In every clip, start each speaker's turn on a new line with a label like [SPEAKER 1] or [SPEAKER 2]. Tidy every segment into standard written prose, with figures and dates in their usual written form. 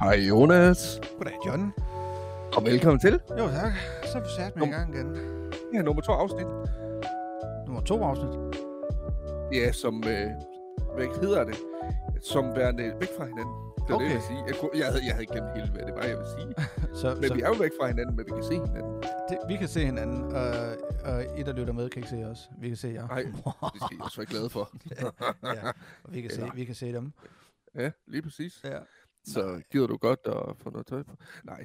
[SPEAKER 1] Hej Jonas,
[SPEAKER 2] Goddag, John.
[SPEAKER 1] og velkommen til.
[SPEAKER 2] Jo, tak. Så er vi sat med i gang igen.
[SPEAKER 1] Ja, nummer 2 afsnit.
[SPEAKER 2] Nummer 2 afsnit.
[SPEAKER 1] Ja, som, hvad hedder det? Som værende væk fra hinanden. Det er
[SPEAKER 2] Okay.
[SPEAKER 1] det, jeg vil sige. Jeg havde glemt helt, hvad det var, jeg vil sige. Men
[SPEAKER 2] Så
[SPEAKER 1] vi er jo væk fra hinanden, men vi kan se hinanden.
[SPEAKER 2] vi kan se hinanden, og I, der lytter med, kan ikke se os. Vi kan se jer.
[SPEAKER 1] Nej, det skal I også være glade for.
[SPEAKER 2] Ja, og vi kan se dem.
[SPEAKER 1] Ja, lige præcis.
[SPEAKER 2] Ja.
[SPEAKER 1] Så gider du godt at få noget tøj på? Nej.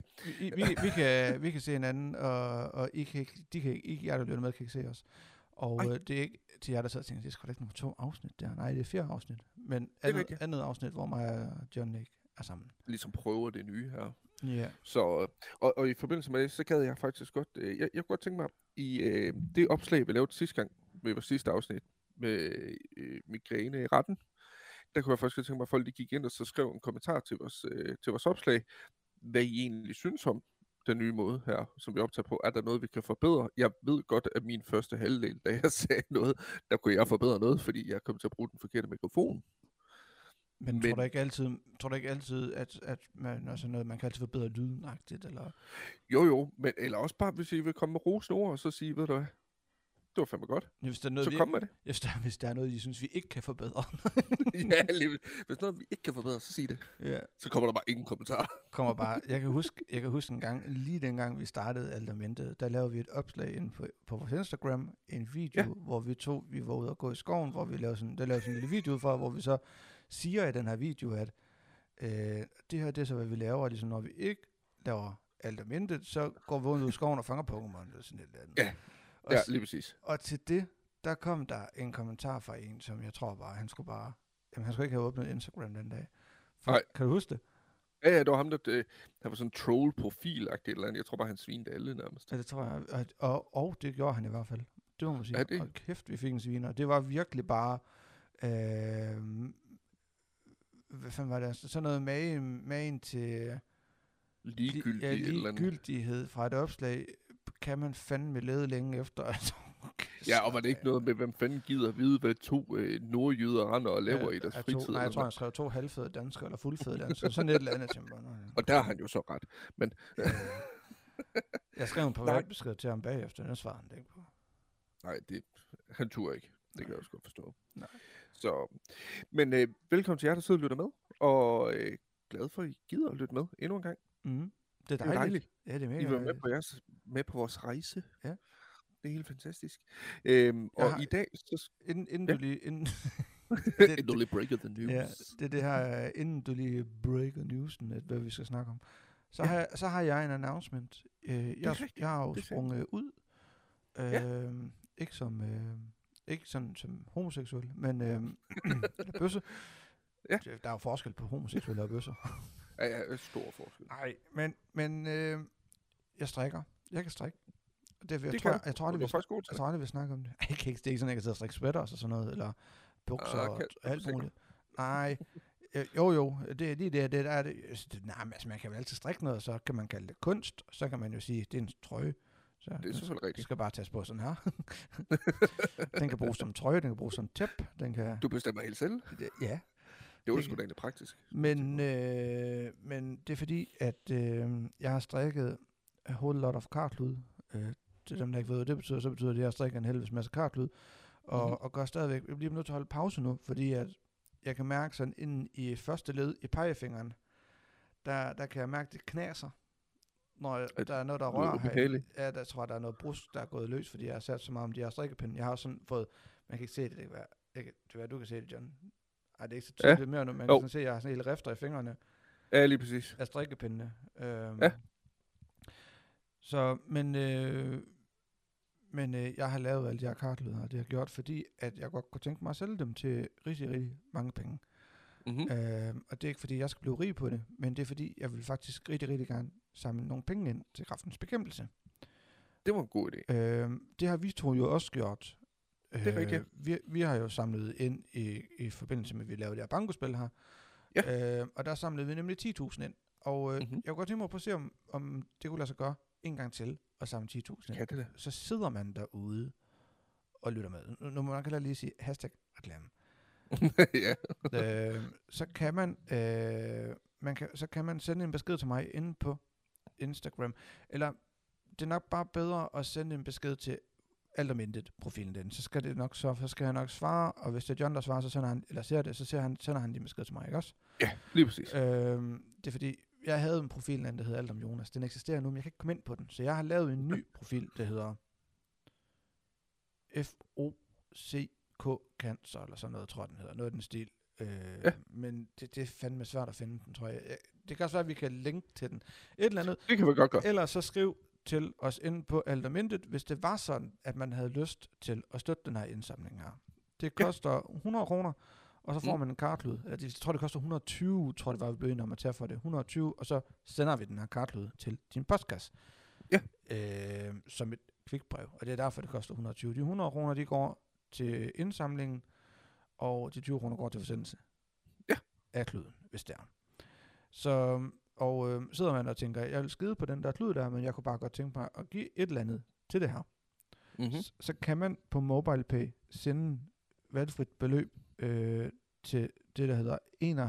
[SPEAKER 2] Vi kan se hinanden, og I kan ikke, jer, der lytter med, kan ikke se os. Og det er ikke til jer, der sidder og tænker, det er sgu da ikke nummer 2 afsnit der. Nej, det er 4 afsnit. Men andet afsnit, hvor mig og John ikke er sammen.
[SPEAKER 1] Ligesom prøver det nye her.
[SPEAKER 2] Ja.
[SPEAKER 1] Så, og i forbindelse med det, så gad jeg faktisk godt, jeg kunne godt tænke mig, i det opslag, vi lavede sidste gang, ved vores sidste afsnit, med migræne i retten, der kunne jeg faktisk godt tænke mig, at folk gik ind og så skrev en kommentar til vores opslag, hvad I egentlig synes om den nye måde her, som vi optager på. Er der noget, vi kan forbedre? Jeg ved godt, at min første halvdel, da jeg sagde noget, der kunne jeg forbedre noget, fordi jeg kom til at bruge den forkerte mikrofon.
[SPEAKER 2] Men tror du ikke altid, at man, altså noget, man kan altid forbedre lydenagtigt, eller?
[SPEAKER 1] Jo, men eller også bare, hvis I vil komme med rosende ord, og så sige, ved du hvad, det var fandme godt.
[SPEAKER 2] Ja, hvis der er noget,
[SPEAKER 1] så kom med det.
[SPEAKER 2] Hvis der er noget, I synes, vi ikke kan forbedre.
[SPEAKER 1] Ja, lige, hvis noget, vi ikke kan forbedre, så sig det.
[SPEAKER 2] Ja.
[SPEAKER 1] Så kommer der bare ingen kommentar.
[SPEAKER 2] Jeg kan huske en gang, lige dengang vi startede Aldamentet, der lavede vi et opslag inde på vores Instagram, en video, hvor vi var ude og gå i skoven, hvor vi lavede sådan en lille video ud fra, hvor vi så siger i den her video, at det her, det er så, hvad vi laver, ligesom når vi ikke laver Aldamentet, så går vi ud i skoven og fanger Pokémon, eller sådan et eller andet.
[SPEAKER 1] Ja, lige præcis.
[SPEAKER 2] Og til det, der kom der en kommentar fra en, som jeg tror bare, han skulle ikke have åbnet Instagram den dag.
[SPEAKER 1] Nej.
[SPEAKER 2] Kan du huske det?
[SPEAKER 1] Ja, det var ham, der var sådan en troll-profil-agtigt eller andet. Jeg tror bare, han svinede alle nærmest.
[SPEAKER 2] Ja, det tror jeg. Og det gjorde han i hvert fald. Det må man sige.
[SPEAKER 1] Ja, det.
[SPEAKER 2] Og kæft, vi fik en sviner. Det var virkelig bare... hvad fanden var det? Sådan noget magen til... ligegyldighed fra et opslag, kan man fandme lede længe efter.
[SPEAKER 1] Ja, og var det ikke noget med, hvem fanden gider at vide, hvad 2 nordjyder render og laver i deres fritid?
[SPEAKER 2] Nej, jeg tror, han skrev 2 halvfede danskere, eller fuldfede danskere. Sådan et eller andet tempo.
[SPEAKER 1] Og der har han jo så ret. Men...
[SPEAKER 2] jeg skrev en privatbesked til ham bagefter, den svarede han ikke på.
[SPEAKER 1] Nej, han turde ikke. Det kan jeg også godt forstå.
[SPEAKER 2] Nej.
[SPEAKER 1] Så, men velkommen til jer, der sidder og lytter med. Og glad for, at I gider at lytte med endnu en gang.
[SPEAKER 2] Mm. Det er dejligt. Ja, det er mega
[SPEAKER 1] I var med på vores rejse.
[SPEAKER 2] Ja.
[SPEAKER 1] Det er helt fantastisk. Og i dag...
[SPEAKER 2] Inden du lige...
[SPEAKER 1] Inden du lige breaker the news.
[SPEAKER 2] Ja, det her, inden du lige breaker newsen, hvad vi skal snakke om. Så har jeg en announcement. Jeg har jo sprunget ud. Ikke som homoseksuel, men bøsse.
[SPEAKER 1] Ja.
[SPEAKER 2] Der er jo forskel på homoseksuelle og bøsser.
[SPEAKER 1] Ja, stor forskel.
[SPEAKER 2] Nej, men jeg strikker. Jeg kan strikke. Jeg tror aldrig, vi snakker om det. Det er ikke sådan, jeg kan sidde og strikke sweaters og sådan noget, eller bukser og alt muligt. Nej, jo, det er lige det. Nej, men altså, man kan jo altid strikke noget, så kan man kalde det kunst, så kan man jo sige, det er en trøje. Så
[SPEAKER 1] det er selvfølgelig rigtigt.
[SPEAKER 2] Det skal bare tages på sådan her. Den kan bruges som trøje, den kan bruges som tæp.
[SPEAKER 1] Du bestemmer helt selv?
[SPEAKER 2] Ja.
[SPEAKER 1] Det var sgu da egentlig praktisk.
[SPEAKER 2] Men det er fordi, at jeg har strikket a whole lot of karklud. Til dem, der ikke ved, hvad det betyder, så betyder det, at jeg strikker en helvedes masse karklud. Og gør stadigvæk, jeg bliver nødt til at holde pause nu, fordi at jeg kan mærke sådan inden i første led i pegefingeren, der kan jeg mærke, det knaser. Når der er noget, der rører her. Ja, der tror jeg, der er noget brust, der er gået løs, fordi jeg har sat så meget om de her strikkepinde. Jeg har sådan fået, man kan ikke se det, det kan være, du kan se det, John. Ej, det er ikke så tydeligt mere nu, man kan sådan se, at jeg har sådan hele rifter i fingrene.
[SPEAKER 1] Ja, lige præcis.
[SPEAKER 2] Af strikkepindene.
[SPEAKER 1] Ja.
[SPEAKER 2] Så, men jeg har lavet alle de her kartlyder, og det har gjort, fordi at jeg godt kunne tænke mig at sælge dem til rigtig, rigtig mange penge.
[SPEAKER 1] Mm-hmm.
[SPEAKER 2] Og det er ikke fordi, jeg skal blive rig på det, men det er fordi, jeg vil faktisk rigtig, rigtig gerne samle nogle penge ind til Kræftens Bekæmpelse.
[SPEAKER 1] Det var en god idé.
[SPEAKER 2] Det har vi to jo også gjort.
[SPEAKER 1] Det er rigtigt.
[SPEAKER 2] Vi har jo samlet ind i forbindelse med, at vi lavede det her bankospil her.
[SPEAKER 1] Ja.
[SPEAKER 2] Og der samlede vi nemlig 10.000 ind. Og jeg kunne godt tænke mig på at se, om det kunne lade sig gøre en gang til at samle 10.000 ind.
[SPEAKER 1] Kan det?
[SPEAKER 2] Så sidder man derude og lytter med. Nu må man kan lige sige hashtag reklame.
[SPEAKER 1] Ja.
[SPEAKER 2] Så kan man så kan man sende en besked til mig inde på Instagram. Eller det er nok bare bedre at sende en besked til alt om intet profilen den. Så skal jeg nok svare, og hvis det er John, der svarer, så sender han, eller ser det, så sender han din besked til mig, ikke også?
[SPEAKER 1] Ja, lige præcis.
[SPEAKER 2] Det er fordi, jeg havde en profil, der hedder Alt om Jonas. Den eksisterer nu, men jeg kan ikke komme ind på den. Så jeg har lavet en ny profil, der hedder FOCK Cancer, eller sådan noget, tror jeg, den hedder. Noget af den stil. Men det er fandme svært at finde den, tror jeg. Det kan også være, at vi kan linke til den. Et eller andet.
[SPEAKER 1] Det kan vi godt gøre.
[SPEAKER 2] Eller så skriv til os inde på Alt om Intet, hvis det var sådan, at man havde lyst til at støtte den her indsamling her. Det koster 100 kroner, og så får man en kartlyd. Jeg tror, det koster 120, tror det var, vi blev enige om at tage for det. 120, og så sender vi den her kartlyd til din postkasse.
[SPEAKER 1] Ja.
[SPEAKER 2] Som et kvikbrev, og det er derfor, det koster 120. De 100 kroner, de går til indsamlingen, og de 20 kroner går til forsendelse.
[SPEAKER 1] Ja.
[SPEAKER 2] Af klyden, hvis det er. Så, sidder man og tænker, jeg vil skide på den der klud der, men jeg kunne bare godt tænke mig at give et eller andet til det her.
[SPEAKER 1] Mm-hmm.
[SPEAKER 2] Så kan man på MobilePay sende valgfrit beløb til det, der hedder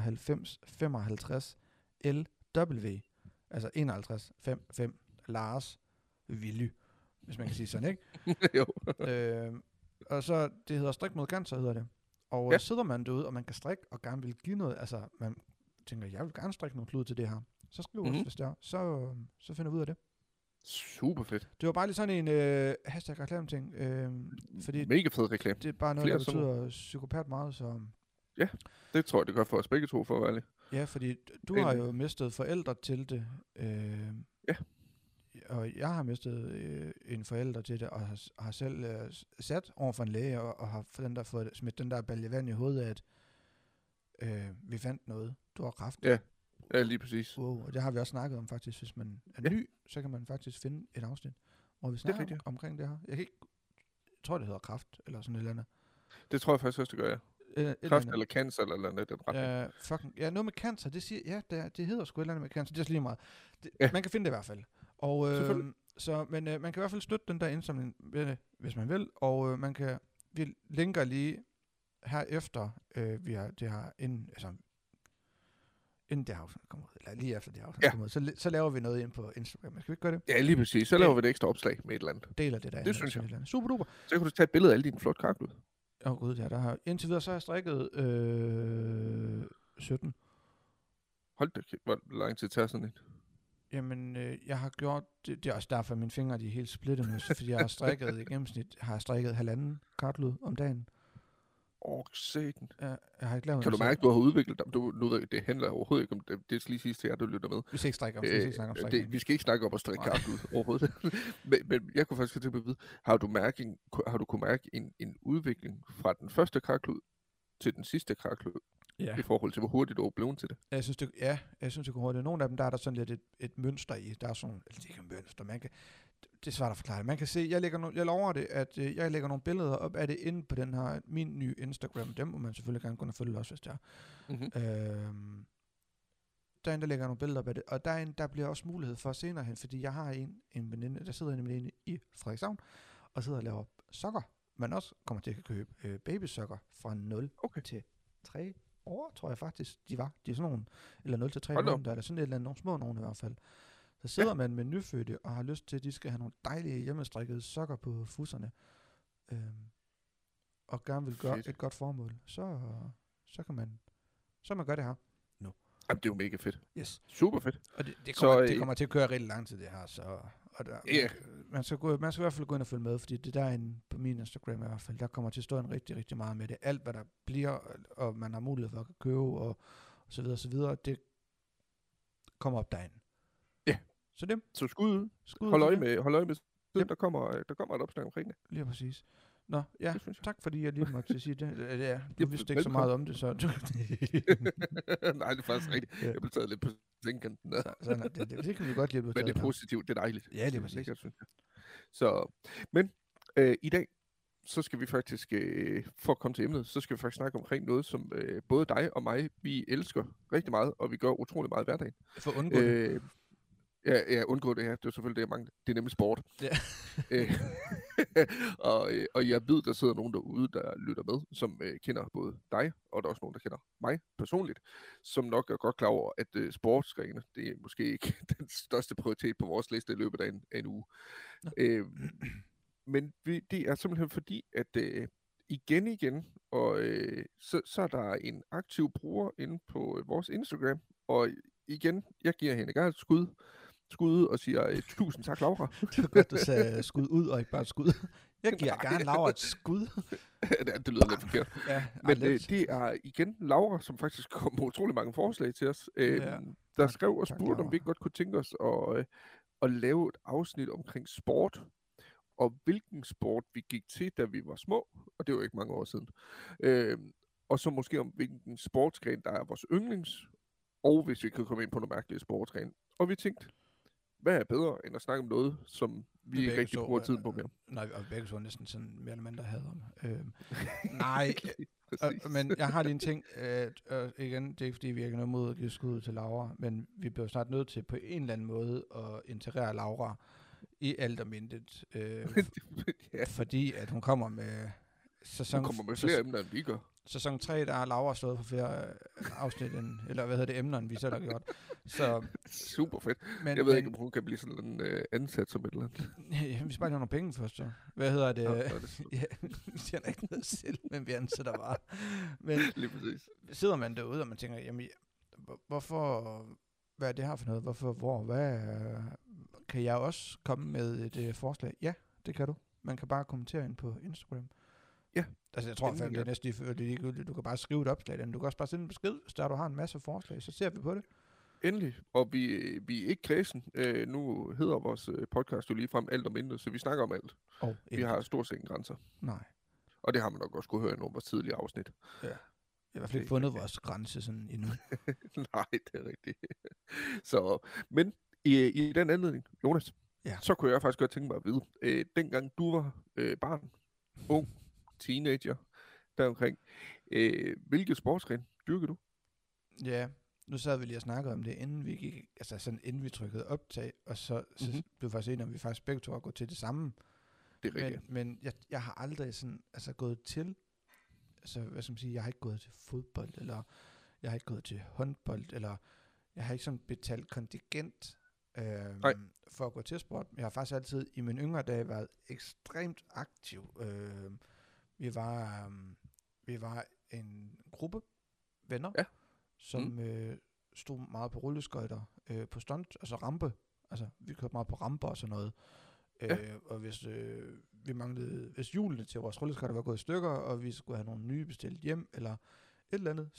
[SPEAKER 2] 9155 LW. Altså 5155 Lars Willy, hvis man kan sige sådan, ikke?
[SPEAKER 1] Jo.
[SPEAKER 2] Og så, det hedder Strik mod Cancer, hedder det. Og sidder man derude, og man kan strikke, og gerne vil give noget, altså man tænker, jeg vil gerne strikke nogle klud til det her. Så skriv os, hvis det er. Så finder vi ud af det.
[SPEAKER 1] Super fedt.
[SPEAKER 2] Det var bare lige sådan en hashtag reklame-ting. Fordi
[SPEAKER 1] mega fed reklame.
[SPEAKER 2] det er bare noget, der betyder psykopat meget, så...
[SPEAKER 1] Ja, det tror jeg, det gør for os begge to, for at være ærlig.
[SPEAKER 2] Ja, fordi du har jo mistet forældre til det.
[SPEAKER 1] Ja.
[SPEAKER 2] Og jeg har mistet en forælder til det, og har selv sat over for en læge, og har fået smidt den der balje vand i hovedet af, at vi fandt noget. Du har kræft.
[SPEAKER 1] Ja, lige præcis.
[SPEAKER 2] Wow, og det har vi også snakket om faktisk. Hvis man er ny, så kan man faktisk finde et afsnit, hvor vi snakker omkring det her. Jeg tror, det hedder kræft, eller sådan et eller andet.
[SPEAKER 1] Det tror jeg faktisk også, det gør, ja. Kræft eller cancer, eller noget den retning.
[SPEAKER 2] Ja, noget med cancer, det siger, det hedder sgu et eller andet med cancer, det er så lige meget. Man kan finde det i hvert fald. Og, men man kan i hvert fald støtte den der indsamling, hvis man vil, og vi linker lige herefter, det her, inden det afsnit kommer ud, eller lige efter det afsnit kommer ud, så laver vi noget ind på Instagram. Skal vi ikke gøre det?
[SPEAKER 1] Ja, lige præcis. Så laver vi et ekstra opslag med et eller andet.
[SPEAKER 2] Deler det der.
[SPEAKER 1] Det synes jeg.
[SPEAKER 2] Super duper.
[SPEAKER 1] Så kan du tage et billede af alle dine flotte karklud.
[SPEAKER 2] Gud, ja, der har indtil videre, så har jeg strikket 17.
[SPEAKER 1] Hold da, hvor lang tid tager sådan et?
[SPEAKER 2] Jamen, jeg har gjort, det er også derfor, at mine fingre de er helt splittet nu, fordi jeg har strikket i gennemsnit, halvanden kartlud om dagen.
[SPEAKER 1] Satan.
[SPEAKER 2] Jeg har ikke lavet
[SPEAKER 1] kan du mærke, at du har udviklet dig? Det handler overhovedet ikke om det. Det skal lige siges til jer, du lytter med.
[SPEAKER 2] Vi skal ikke snakke om strik.
[SPEAKER 1] Vi skal ikke snakke om at strikke karklud overhovedet. men jeg kunne faktisk tænke mig at vide, har du kunnet mærke en udvikling fra den første karklud til den sidste karklud? Ja. I forhold til, hvor hurtigt du er blevet til det.
[SPEAKER 2] Jeg synes, det går hurtigt. Nogle af dem, der er der sådan lidt et mønster i. Der er sådan, eller det er ikke et mønster, det er svært at forklare det. Man kan se, jeg lover det, at jeg lægger nogle billeder op af det inde på den her, min nye Instagram. Dem må man selvfølgelig gerne gå og følge også, hvis det er. Mm-hmm. Der lægger nogle billeder op af det, og der bliver også mulighed for senere hen, fordi jeg har en veninde, der sidder nemlig inde i Frederikshavn, og sidder og laver sokker. Man også kommer til at købe babysokker fra 0 til 3 år, tror jeg faktisk, de er sådan nogle, eller 0 til 3 måneder, der er sådan et eller andet, nogle små nogen i hvert fald. Så sidder man med nyfødte og har lyst til, at de skal have nogle dejlige hjemmestrikkede sokker på fusserne, og gerne vil gøre et godt formål, så kan man gøre det her nu.
[SPEAKER 1] Jamen, det er jo mega fedt.
[SPEAKER 2] Yes.
[SPEAKER 1] Super fedt.
[SPEAKER 2] Og det kommer til at køre rigtig lang tid, det her, så... Man skal i hvert fald gå ind og følge med, fordi det der er på min Instagram i hvert fald, der kommer til at stå en rigtig, rigtig meget med det. Alt, hvad der bliver, og man har mulighed for at købe, og så videre, det kommer op derinde.
[SPEAKER 1] Ja. Så skud hold øje med der kommer et opslag omkring det.
[SPEAKER 2] Lige præcis. Nå, ja, tak fordi jeg lige måtte sige det. Ja, du vidste ikke så meget om det, så...
[SPEAKER 1] Nej, det er faktisk rigtigt. Jeg blev taget lidt på sengekanten.
[SPEAKER 2] Det kan vi godt lide.
[SPEAKER 1] Men det er positivt, det er dejligt.
[SPEAKER 2] Ja, det er præcis.
[SPEAKER 1] Så, men i dag, så skal vi faktisk, for at komme til emnet, så skal vi faktisk snakke omkring noget, som både dig og mig, vi elsker rigtig meget, og vi gør utrolig meget i hverdagen.
[SPEAKER 2] For undgå det.
[SPEAKER 1] Ja, undgå det her. Det er selvfølgelig det, jeg mangler. Det er nemlig sport.
[SPEAKER 2] Ja.
[SPEAKER 1] Øh, og jeg ved, der sidder nogen derude, der lytter med, som kender både dig, og der er også nogen, der kender mig personligt, som nok er godt klar over, at sportsgrene, det er måske ikke den største prioritet på vores liste i løbet af en uge. Men det er simpelthen fordi, at igen, og så er der en aktiv bruger inde på vores Instagram, og igen, jeg giver hende gerne et skud og siger, tusind tak, Laura.
[SPEAKER 2] Det var godt, du sagde skud ud, og ikke bare skud. Jeg giver gerne Laura et skud.
[SPEAKER 1] Det lyder lidt forkert.
[SPEAKER 2] Ja,
[SPEAKER 1] Men det er igen Laura, som faktisk kom med utrolig mange forslag til os, der skrev og spurgte, om vi ikke godt kunne tænke os at lave et afsnit omkring sport, og hvilken sport vi gik til, da vi var små, og det var ikke mange år siden. Og så måske om hvilken sportsgren, der er vores yndlings, og hvis vi kan komme ind på nogle mærkelige sportsgren. Og vi tænkte, hvad er bedre, end at snakke om noget, som vi ikke rigtig bruger tiden på mere?
[SPEAKER 2] Nej, og begge så næsten sådan mere eller mindre hader om. Nej, men jeg har lige en ting. Igen, det er ikke fordi, vi ikke har noget mod at give skud til Laura, men vi bliver snart nødt til på en eller anden måde at integrere Laura i alt om intet. Ja. Fordi at hun kommer med sæson...
[SPEAKER 1] Hun kommer med flere emner, end vi gør.
[SPEAKER 2] Sæson 3, der har Laura stået på flere afsnit, eller hvad hedder det, emner, end vi selv har gjort. Så,
[SPEAKER 1] super fedt. Jeg ved ikke, om hun kan blive sådan en ansat som et eller andet.
[SPEAKER 2] Ja, vi skal bare have nogle penge først, så. Hvad hedder det? Ja, vi tjener ikke noget selv, men vi ansætter bare. Men
[SPEAKER 1] lige præcis.
[SPEAKER 2] Sidder man derude, og man tænker, jamen, hvorfor... Hvad er det her for noget? Hvad kan jeg også komme med et forslag? Ja, det kan du. Man kan bare kommentere ind på Instagram.
[SPEAKER 1] Ja.
[SPEAKER 2] Altså, jeg tror faktisk, det er næsten ligegyldigt. Du kan bare skrive et opslag, du kan også bare sende en besked, hvis der du har en masse forslag, så ser vi på det.
[SPEAKER 1] Endelig. Og vi er ikke kredsen. Nu hedder vores podcast jo ligefrem alt om intet, så vi snakker om alt. Vi har stort set ingen grænser.
[SPEAKER 2] Nej.
[SPEAKER 1] Og det har man nok også kunne høre i nogle af vores tidligere afsnit.
[SPEAKER 2] Ja. Jeg har i hvert fald ikke fundet vores grænse sådan endnu.
[SPEAKER 1] Nej, det er rigtigt. Så, men i den anledning, Jonas, så kunne jeg faktisk godt tænke mig at vide, dengang du var barn, ung, teenager, deromkring, hvilket sportsgren dyrkede du?
[SPEAKER 2] Ja, nu sad vi lige og snakkede om det, inden vi gik, altså sådan inden vi trykkede optag, og så blev vi faktisk enige om, vi faktisk begge to har gået til det samme.
[SPEAKER 1] Det er rigtigt.
[SPEAKER 2] Men jeg har aldrig sådan, altså gået til, altså hvad skal man sige, jeg har ikke gået til fodbold, eller jeg har ikke gået til håndbold, eller jeg har ikke sådan betalt kontingent for at gå til sport. Jeg har faktisk altid i mine yngre dage været ekstremt aktiv. Vi var en gruppe venner, som stod meget på rulleskøjter på stunt, altså rampe. Altså vi kørte meget på ramper og sådan noget. Og hvis vi manglede, hvis hjulene til vores rulleskøjter var gået i stykker, og vi skulle have nogle nye bestilt hjem, eller et eller andet,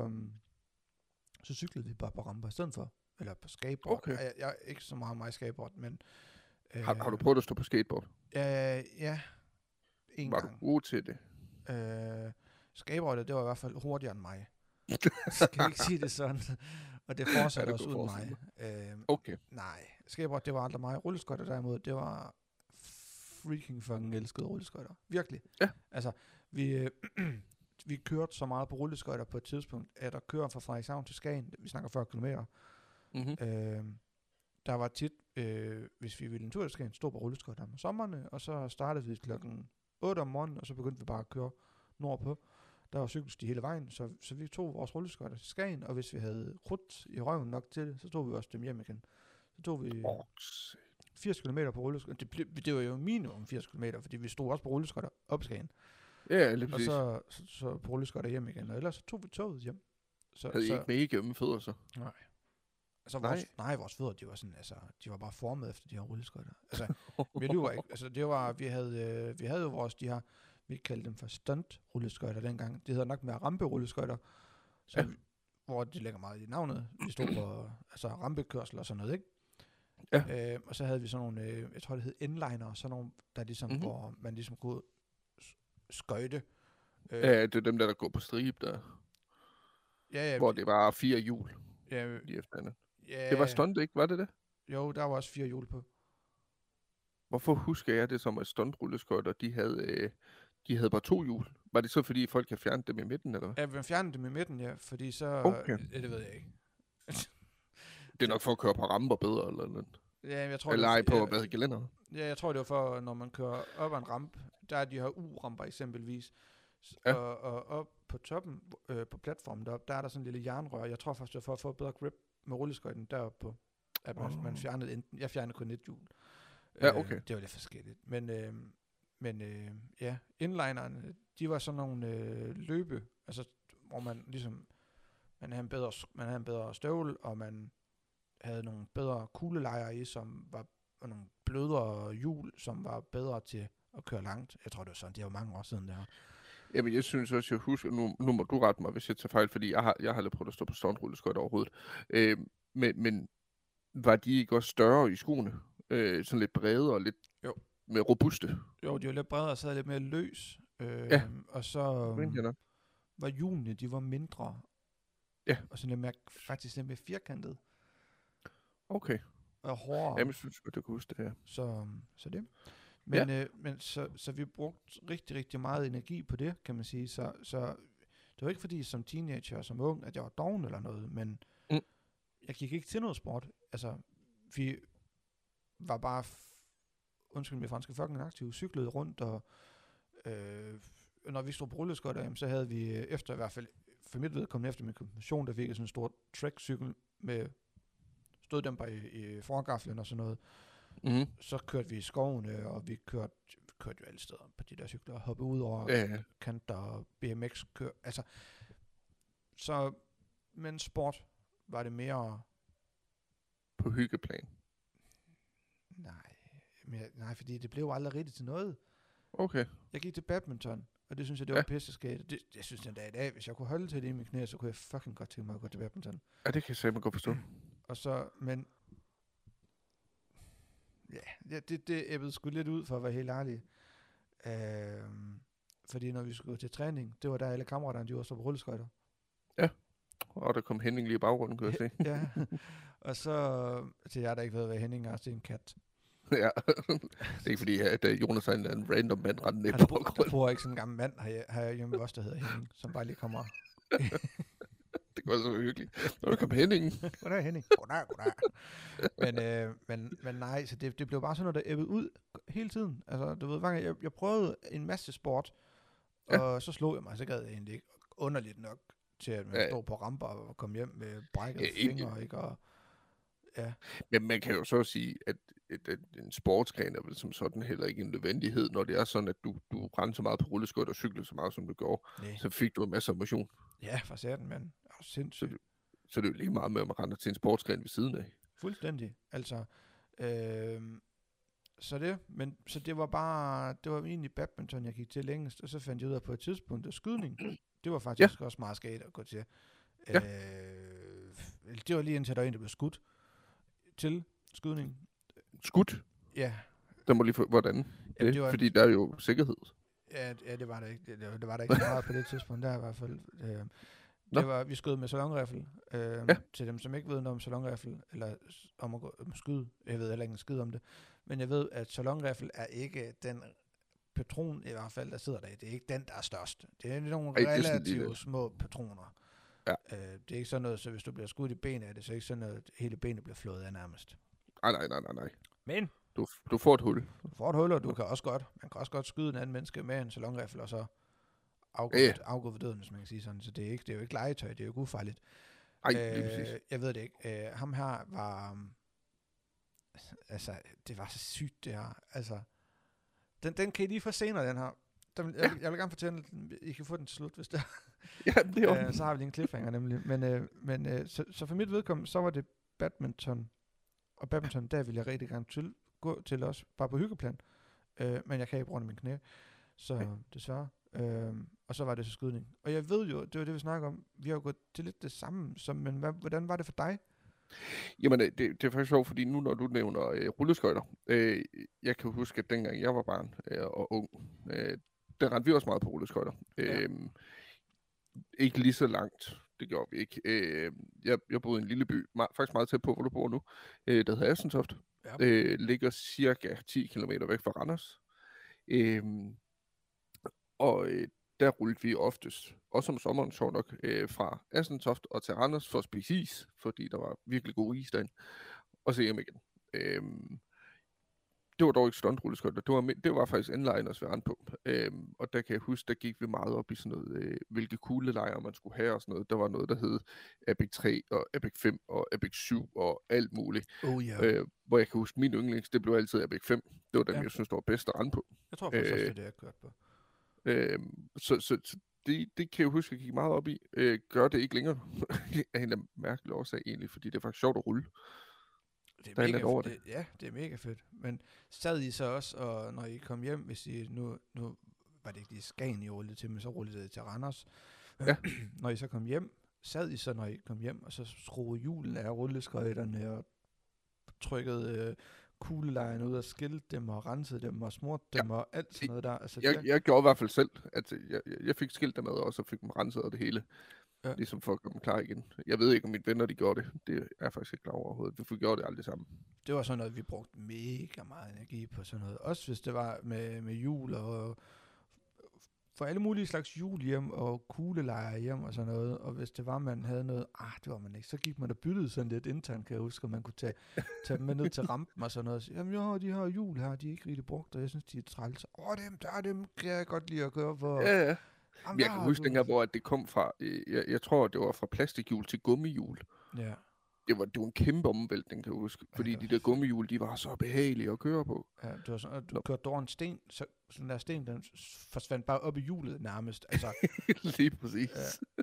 [SPEAKER 2] så cyklede vi bare på ramper i stedet for. Eller på skateboard. Okay. Jeg er ikke så meget mig skateboard, men...
[SPEAKER 1] Har du prøvet at stå på skateboard?
[SPEAKER 2] Ja, en gang.
[SPEAKER 1] Var du god til det?
[SPEAKER 2] Skateboardet, det var i hvert fald hurtigere end mig. Skal jeg ikke sige det sådan? Og det fortsætter også uden mig.
[SPEAKER 1] Okay.
[SPEAKER 2] Nej, skateboard, det var aldrig mig. Rulleskøjter derimod, det var freaking fucking elskede rulleskøjter. Virkelig.
[SPEAKER 1] Ja.
[SPEAKER 2] Altså, vi kørte så meget på rulleskøjter på et tidspunkt, at der kører fra Frederikshavn til Skagen, vi snakker 40 kilometer. Der var tit, hvis vi ville en tur til Skagen, stå på rulleskøjter om sommerne, og så startede vi klokken 8 om morgenen, og så begyndte vi bare at køre nordpå. Der var cykelsti hele vejen, så vi tog vores rulleskøjter til Skagen, og hvis vi havde krudt i røven nok til det, så tog vi også dem hjem igen. Så tog vi 80 km på rulleskøjter. Det var jo minimum 80 km, fordi vi stod også på rulleskøjter op i Skagen.
[SPEAKER 1] Ja, lige præcis.
[SPEAKER 2] Og så på rulleskøjter hjem igen, og ellers så tog vi toget hjem.
[SPEAKER 1] Havde I ikke mega ømme fødder så?
[SPEAKER 2] Nej. Altså vores fødder, de var sådan, altså, de var bare formet efter de her rulleskøjter. Altså, vi lyver ikke. Altså, det var, vi havde jo vores, de her, vi kaldte dem for stunt-rulleskøjter dengang. Det hedder nok mere rampe-rulleskøjter, hvor det ligger meget i navnet. Vi stod på altså, rampekørsel og sådan noget, ikke? Ja. Og så havde vi sådan nogle, jeg tror det hed inliner, sådan nogle, der ligesom, hvor man ligesom kunne skøjte.
[SPEAKER 1] Ja, det er dem der går på stribe der. Ja. Hvor det var 4 hjul.
[SPEAKER 2] Ja.
[SPEAKER 1] Lige efter det var stunt, ikke? Var det det?
[SPEAKER 2] Jo, der var også 4 hjul på.
[SPEAKER 1] Hvorfor husker jeg det som et stuntrulleskøjter? De havde bare 2 hjul. Var det så, fordi folk havde fjernet dem i midten, eller hvad?
[SPEAKER 2] Ja, vi fjernede dem i midten, ja, fordi så... Okay. Det ved jeg ikke.
[SPEAKER 1] Det er nok for at køre på ramper bedre, eller noget.
[SPEAKER 2] Ja, jeg tror,
[SPEAKER 1] Eller ej på, hvad gelænder.
[SPEAKER 2] Ja, jeg tror, det var for, når man kører op ad en ramp, der er de her U-ramper eksempelvis,
[SPEAKER 1] Ja.
[SPEAKER 2] og op på toppen, på platformen deroppe, der er der sådan en lille jernrør. Jeg tror faktisk, det var for at få bedre grip med rulleskøjten deroppe på, at man fjernede enten, jeg fjernede kun et hjul.
[SPEAKER 1] Ja, okay.
[SPEAKER 2] Det var lidt forskelligt. Men ja, inlinerne, de var sådan nogle løbe, altså hvor man ligesom, man havde en bedre støvle, og man havde nogle bedre kuglelejer i, som var og nogle blødere hjul, som var bedre til at køre langt. Jeg tror, det var sådan, det er jo mange år siden det her.
[SPEAKER 1] Jamen, jeg synes også, jeg husker, nu må du rette mig, hvis jeg tager fejl, fordi jeg har aldrig prøvet at stå på stuntrulleskøjt overhovedet. Men var de ikke også større i skoene? Sådan lidt bredere og lidt mere robuste?
[SPEAKER 2] Jo, de var lidt bredere og sad lidt mere løs. Og så var hjulene, de var mindre.
[SPEAKER 1] Ja.
[SPEAKER 2] Og sådan lidt mere, faktisk lidt mere firkantet.
[SPEAKER 1] Okay.
[SPEAKER 2] Og hårdere.
[SPEAKER 1] Jamen, jeg synes godt, du kan huske det her.
[SPEAKER 2] Så det. Men så vi brugte rigtig, rigtig meget energi på det, kan man sige. Så det var ikke fordi, som teenager og som ung, at jeg var doven eller noget, men jeg gik ikke til noget sport. Altså, vi var bare, undskyld mig franske, fucking aktive, cyklede rundt, og når vi stod på rulleskøjter, så havde vi efter i hvert fald, for mit vedkommende efter min konfirmation, der fik jeg sådan en stor trekcykel med støddæmper i forgaflen og sådan noget. Så kørte vi i skovene, og vi kørte jo alle steder på de der cykler, hoppe ud over kanter og BMX kør. Altså, så, men sport var det
[SPEAKER 1] på hyggeplan.
[SPEAKER 2] Nej, fordi det blev aldrig rigtigt til noget.
[SPEAKER 1] Okay.
[SPEAKER 2] Jeg gik til badminton, og det synes jeg, det var pisseskægt. Jeg synes den dag i dag, hvis jeg kunne holde til det i mine knæ, så kunne jeg fucking godt tænke mig at gå til badminton.
[SPEAKER 1] Ja, det kan jeg simpelthen godt forstå.
[SPEAKER 2] Og så, men ja, det æbbede sgu lidt ud, for at være helt ærlig. Fordi når vi skulle gå til træning, det var der alle kammeraterne, de var så på rulleskøjter.
[SPEAKER 1] Ja, og der kom Henning lige i baggrunden, kunne jeg se.
[SPEAKER 2] Ja, og så til jer, der ikke ved, hvad Henning er, det er en kat.
[SPEAKER 1] Ja, det er ikke fordi, at Jonas er en random mand rende ned på baggrunden.
[SPEAKER 2] Der bor ikke sådan en gammel mand her hjemme ved os, der hedder Henning, som bare lige kommer.
[SPEAKER 1] Det går så hyggeligt. Når der kom Henning.
[SPEAKER 2] Goddag, Henning. Goddag. Men nej, så det blev bare sådan noget, der æbbede ud hele tiden. Altså, du ved, jeg prøvede en masse sport, og så slog jeg mig, så gad jeg egentlig ikke underligt nok til, at man stod på ramper og kom hjem med brækkede fingre, ikke? Og,
[SPEAKER 1] Men man kan jo så sige, at en sportsgren er vel som sådan heller ikke en nødvendighed, når det er sådan, at du rendte så meget på rulleskøjt og cyklede så meget, som du gjorde. Nej. Så fik du en masse motion.
[SPEAKER 2] Ja, for satan, mand. Sindssygt.
[SPEAKER 1] Så det er jo lige meget med, at man render til en sportsgren ved siden af.
[SPEAKER 2] Fuldstændig. Altså, så det var bare, det var egentlig badminton, jeg gik til længst, og så fandt jeg ud af på et tidspunkt, at skydning, det var faktisk også meget skægt at gå til. Det var lige indtil der blev skudt til skydning.
[SPEAKER 1] Skudt?
[SPEAKER 2] Ja.
[SPEAKER 1] Der må lige hvordan? Ja, det var, fordi der er jo sikkerhed.
[SPEAKER 2] Ja, det var der ikke. Det var der ikke så meget på det tidspunkt, der i hvert fald. Vi skød med salonriffel. Til dem, som ikke ved noget om salonriffel, eller om at skyde. Jeg ved heller ikke en skid om det. Men jeg ved, at salonriffel er ikke den patron, i hvert fald, der sidder der. Det er ikke den, der er størst. Det er nogle relativt små patroner.
[SPEAKER 1] Ja.
[SPEAKER 2] Det er ikke sådan noget, så hvis du bliver skudt i benet af det, så er det ikke sådan noget, at hele benet bliver flået af nærmest.
[SPEAKER 1] Nej.
[SPEAKER 2] Men
[SPEAKER 1] du får et hul.
[SPEAKER 2] Du får et hul, og man kan også godt skyde en anden menneske med en salonriffel, og så afgå ved døden, hvis man kan sige sådan. Så det er jo ikke legetøj, det er jo ikke ufarligt. Jeg ved det ikke. Ham her var, altså, det var så sygt det her. Altså, den kan I lige få senere, den her. Jeg vil gerne fortælle den. I kan få den til slut, hvis det er.
[SPEAKER 1] Ja, det er
[SPEAKER 2] så har vi lige en cliffhanger nemlig. Men så for mit vedkommende, så var det badminton. Og badminton, der ville jeg rigtig gerne gå til os, bare på hyggeplan. Men jeg kan ikke bruge min knæ. Så desværre. Og så var det så skydning. Og jeg ved jo, det var det, vi snakker om. Vi har jo gået til lidt det samme. Men hvordan var det for dig?
[SPEAKER 1] Jamen, det er faktisk sjovt, fordi nu når du nævner rulleskøjter, jeg kan huske, at dengang jeg var barn og ung, der rendte vi også meget på rulleskøjter. Ikke lige så langt, det gjorde vi ikke. Jeg boede i en lille by, faktisk meget tæt på, hvor du bor nu, der hedder Assentoft. Ligger cirka 10 km væk fra Randers. Og der rullede vi oftest, også om sommeren, sjovt nok, fra Assentoft og til Randers for at spise is, fordi der var virkelig god is derinde, og så hjem igen. Det var dog ikke stuntrulleskøjter, det var faktisk inliners, vi rendte på. Og der kan jeg huske, der gik vi meget op i sådan noget, hvilke kuglelejre man skulle have og sådan noget. Der var noget, der hed Epic 3 og Epic 5 og Epic 7 og alt muligt. Hvor jeg kan huske, min yndlings, det blev altid Epic 5. Det var dem, jeg synes, der var bedst at rende på.
[SPEAKER 2] Jeg tror faktisk også, det er jeg kørt på.
[SPEAKER 1] Så det kan jeg huske, jeg gik meget op i. Gør det ikke længere af en mærkelig årsag egentlig, fordi det er faktisk sjovt at rulle.
[SPEAKER 2] Det er mega over det. Ja, det er mega fedt. Men sad I så også, og når I kom hjem, hvis I nu var det ikke lige Skagen, I rullede til, men så rullede det til Randers.
[SPEAKER 1] Ja.
[SPEAKER 2] Når I så kom hjem, sad I så, når I kom hjem, og så skruede hjulen af rulleskøjterne og trykkede kuglelejerne ud og skilte dem og rensede dem og smurte dem og alt sådan noget der. Altså,
[SPEAKER 1] jeg gjorde i hvert fald selv, at jeg fik skilt dem med, og så fik dem renset og det hele. Ja. Ligesom for at komme klar igen. Jeg ved ikke, om mine venner de gjorde det. Det er jeg faktisk ikke klar overhovedet. Vi gjorde det aldrig sammen.
[SPEAKER 2] Det var sådan noget, vi brugte mega meget energi på sådan noget. Også hvis det var med jul og for alle mulige slags jul hjem og kuglelejre hjem og sådan noget. Og hvis det var, man havde noget, det var man ikke. Så gik man og byttede sådan lidt internt, kan jeg huske, og man kunne tage dem med ned til rampen og sådan noget. Så, jamen jo, de har jul her, de er ikke rigtig brugt, og jeg synes, de er træls. Dem kan jeg godt lide at køre for.
[SPEAKER 1] Ja. Jamen, jeg kan huske dengang, hvor det kom fra, jeg tror, det var fra plastikhjul til gummihjul.
[SPEAKER 2] Ja.
[SPEAKER 1] Det var en kæmpe omvæltning, kan jeg huske. Fordi de der gummihjul, de var så behagelige at køre på.
[SPEAKER 2] Ja, det var sådan, at du kørte over en sten, så sådan der sten, den forsvandt bare op i hjulet nærmest. Altså,
[SPEAKER 1] lige præcis.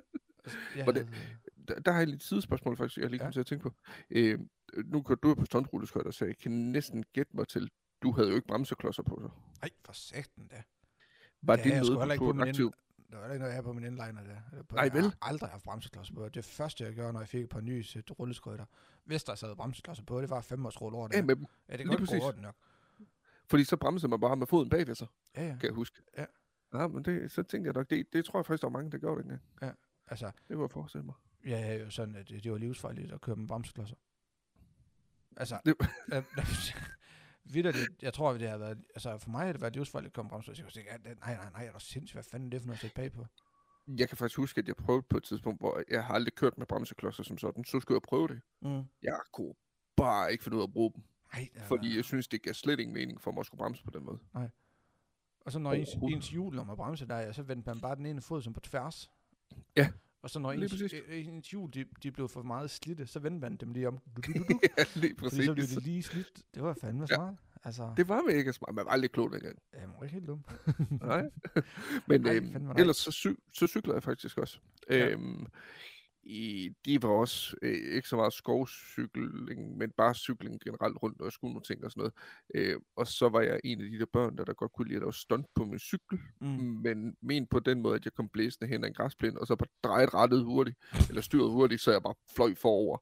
[SPEAKER 1] Der har jeg lidt sidespørgsmål, faktisk, jeg lige kom til at tænke på. Nu kørte du på stuntrulleskøjter, så jeg kan næsten gætte mig til, du havde jo ikke bremseklodser på sig.
[SPEAKER 2] Nej, for sætten da.
[SPEAKER 1] Var det noget, du tog aktivt?
[SPEAKER 2] Der var ikke noget, jeg havde på min inliner der.
[SPEAKER 1] Nej, vel?
[SPEAKER 2] Jeg har aldrig haft bremseklodser på. Det første, jeg gjorde, når jeg fik et par nye sæt rulleskøjter, hvis der sad bremseklodser på, det var 5 års rulle over det.
[SPEAKER 1] Ja, med dem.
[SPEAKER 2] Ja, det kan godt gå over det nok.
[SPEAKER 1] Fordi så bremsede man bare med foden bagved sig,
[SPEAKER 2] kan
[SPEAKER 1] jeg huske.
[SPEAKER 2] Ja.
[SPEAKER 1] Ja, men så tænkte jeg nok, det tror jeg faktisk, der var mange, der gjorde dengang.
[SPEAKER 2] Ja, altså.
[SPEAKER 1] Det kunne jeg forestille mig.
[SPEAKER 2] Ja, jo sådan, at det var livsfarligt at køre med bremseklodser. Altså, vitterligt, jeg tror, det har været, altså for mig har det været livsfarligt at komme bremseklodser. Jeg tænkte, nej, er du sindssygt, hvad fanden er det for noget at sætte bag på?
[SPEAKER 1] Jeg kan faktisk huske, at jeg prøvede på et tidspunkt, hvor jeg har aldrig kørt med bremseklodser som sådan, så skulle jeg prøve det. Jeg kunne bare ikke finde ud af at bruge dem. Fordi jeg synes, det gav slet ingen mening for mig at skulle bremse på den måde.
[SPEAKER 2] Nej. Og så når ens hjul, når man bremser der, så vendte man bare den ene fod som på tværs.
[SPEAKER 1] Ja.
[SPEAKER 2] Og så når ens hjul, de blev for meget slidte, så vendte man dem lige om.
[SPEAKER 1] Ja, lige præcis.
[SPEAKER 2] Fordi så blev det lige slidt. Det var fandme smart. Altså,
[SPEAKER 1] det var mega smart. Man var aldrig klog dengang.
[SPEAKER 2] Ja, man var ikke helt dum.
[SPEAKER 1] Nej. Men ellers så cykler jeg faktisk også. Ja. De var også ikke så meget skovcykling, men bare cykling generelt rundt, og jeg skulle nogle ting og sådan noget. Og så var jeg en af de der børn, der godt kunne lide at lave stunt på min cykel, men men på den måde, at jeg kom blæsende hen ad en græsplæne, og så bare drejet rettet hurtigt, eller styret hurtigt, så jeg bare fløj forover.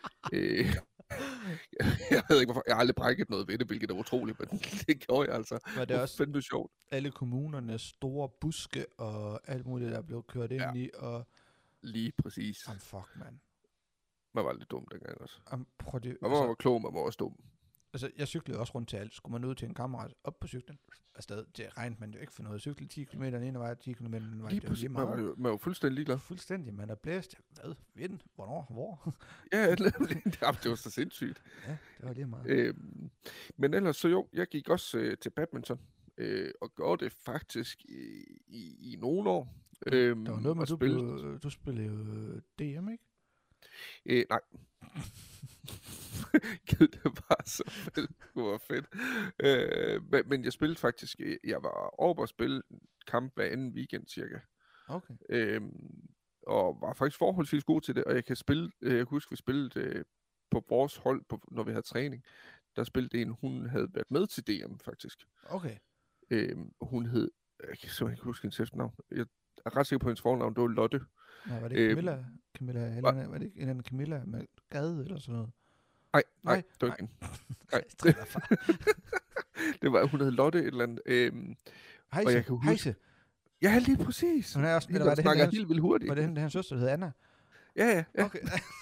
[SPEAKER 1] Jeg ved ikke hvorfor, jeg har aldrig brækket noget ved det, hvilket er utroligt, men det gjorde jeg altså.
[SPEAKER 2] Var det også
[SPEAKER 1] fandme sjovt.
[SPEAKER 2] Alle kommunernes store buske og alt muligt, der blev kørt ind i, og
[SPEAKER 1] lige præcis.
[SPEAKER 2] Fuck, man.
[SPEAKER 1] Man var lidt dum dengang også.
[SPEAKER 2] Man
[SPEAKER 1] var klog, man var også dum.
[SPEAKER 2] Altså, jeg cyklede også rundt til alt. Skulle man ud til en kammerat op på cyklen afsted, det regnede man jo ikke for noget. Cykle 10 km den ene vej, 10 km den anden vej.
[SPEAKER 1] Lige præcis. Man var jo fuldstændig ligeglad.
[SPEAKER 2] Fuldstændig. Man er blæst. Hvad? Vind? Hvornår? Hvor?
[SPEAKER 1] Ja, det var så sindssygt.
[SPEAKER 2] Ja, det var lige meget.
[SPEAKER 1] Men ellers så jo, jeg gik også til badminton. Og gjorde det faktisk i nogle år.
[SPEAKER 2] Der var noget med, du spillede jo DM, ikke?
[SPEAKER 1] Nej. Gud, det var så fedt. Det var fedt. Men jeg spillede faktisk, jeg var over at spille kamp hver anden weekend cirka.
[SPEAKER 2] Okay.
[SPEAKER 1] Og var faktisk forholdsvis god til det, og jeg kan huske, vi spillede på vores hold, når vi havde træning, der spillede en, hun havde været med til DM faktisk.
[SPEAKER 2] Okay.
[SPEAKER 1] Hun hed, jeg kan simpelthen ikke huske hendes efternavn, jeg er ret sikker på hendes fornavn, det var Lotte.
[SPEAKER 2] Nej, var det Camilla Helena, var det ikke en Camilla med Gade eller sådan noget?
[SPEAKER 1] Nej, det var ikke hende. Nej. Det var, hun hed Lotte et eller andet.
[SPEAKER 2] Heise.
[SPEAKER 1] Og jeg kan huske,
[SPEAKER 2] Heise.
[SPEAKER 1] Ja, lige præcis.
[SPEAKER 2] Hun er også,
[SPEAKER 1] eller var det snakker helt vildt hurtigt.
[SPEAKER 2] Var det hende, hans søster, der hed Anna?
[SPEAKER 1] Ja.
[SPEAKER 2] Okay.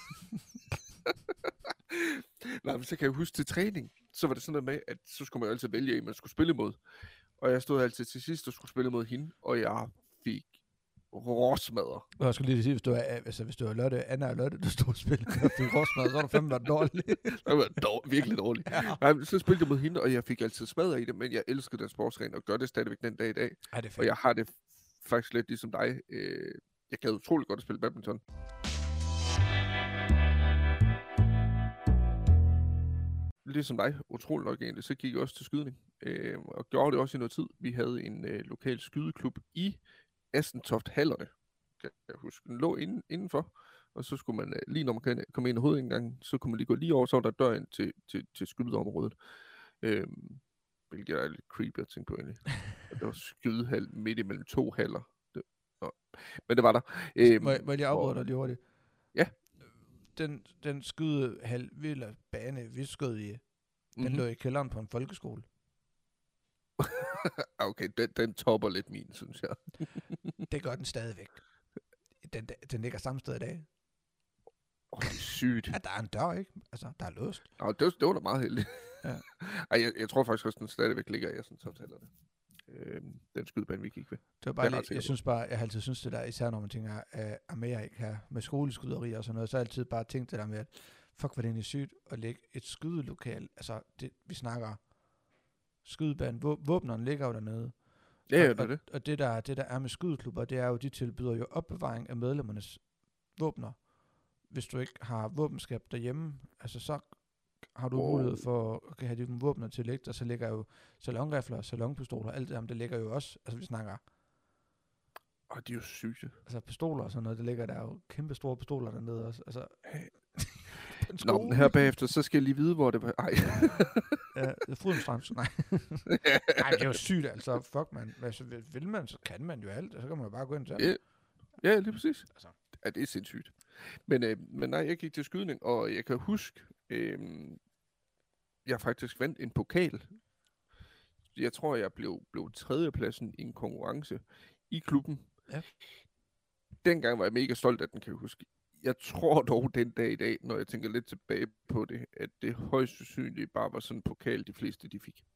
[SPEAKER 1] Nej, men så kan jeg huske til træning, så var det sådan noget med, at så skulle man jo altid vælge en, man skulle spille mod. Og jeg stod altid til sidst og skulle spille mod hende, og jeg fik råsmadder.
[SPEAKER 2] Jeg skulle lige sige, hvis du var Lotte, Anna og Lotte, du stod og spillede og fik råsmad, så var du fandme været dårlig.
[SPEAKER 1] Det var virkelig dårligt. Ja. Nej, så spillede jeg mod hende, og jeg fik altid smadret i det, men jeg elskede den sportsgren, og gør det stadigvæk den dag i dag.
[SPEAKER 2] Ej, det er fedt.
[SPEAKER 1] Og jeg har det faktisk lidt ligesom dig. Jeg gad utroligt godt at spille badminton. Ligesom dig, utroligt nok egentlig, så gik jeg også til skydning. Og gjorde det også i noget tid. Vi havde en lokal skydeklub i Astentoft Hallerne. Kan jeg huske. Den lå indenfor. Og så skulle man, lige når man kom ind i hovedindgangen, så kunne man lige gå lige over, så var der dør ind til skydeområdet. Hvilket er lidt creepy at tænke på egentlig. Og der var skydehal midt imellem 2 haller. Men det var der.
[SPEAKER 2] Må jeg lige afbryde dig lige hurtigt?
[SPEAKER 1] Ja.
[SPEAKER 2] Den skydehal, eller bane, vi skød i, den lå i kælderen på en folkeskole.
[SPEAKER 1] Okay, den topper lidt min, synes jeg.
[SPEAKER 2] Det gør den stadigvæk. Den ligger samme sted i dag.
[SPEAKER 1] Det er sygt.
[SPEAKER 2] Ja, der er en dør, ikke? Altså, der er låst.
[SPEAKER 1] Nå, det var da meget heldigt.
[SPEAKER 2] Ja.
[SPEAKER 1] Ej, jeg tror faktisk også, den stadigvæk ligger i Astentoft-hallerne. Den skydebane, vi gik ved.
[SPEAKER 2] Det var bare lidt, jeg har altid synes det der, især når man tænker, Amerika her med skoleskyderier og sådan noget, så har jeg altid bare tænkt det der med, at fuck, hvor det egentlig sygt at lægge et skydelokal. Altså, vi snakker skydebane, våbnerne ligger jo dernede.
[SPEAKER 1] Ja, det er det.
[SPEAKER 2] Og det der er med skydeklubber, det er jo, de tilbyder jo opbevaring af medlemmernes våbner. Hvis du ikke har våbenskab derhjemme, altså så har du mulighed for at have dine våbner til at lægge, og så ligger jo salonrifler, salonpistoler, alt det, det ligger jo også, altså vi snakker.
[SPEAKER 1] De er jo syge.
[SPEAKER 2] Altså pistoler og sådan noget, det ligger der jo kæmpe store pistoler dernede også, altså.
[SPEAKER 1] Nå, her bagefter, så skal jeg lige vide, hvor det var. Ej.
[SPEAKER 2] Ja, Frydenstrands, nej. Nej, det er jo sygt, altså, fuck man. Altså, vil man, så kan man jo alt, og så kan man jo bare gå ind til.
[SPEAKER 1] Ja, lige præcis. Altså. Ja, det er sindssygt. Men nej, jeg gik til skydning, og jeg kan huske, jeg faktisk vandt en pokal. Jeg tror, jeg blev tredjepladsen i en konkurrence i klubben.
[SPEAKER 2] Ja.
[SPEAKER 1] Dengang var jeg mega stolt af den, kan jeg huske. Jeg tror dog den dag i dag, når jeg tænker lidt tilbage på det, at det højst sandsynligt bare var sådan en pokal, de fleste de fik.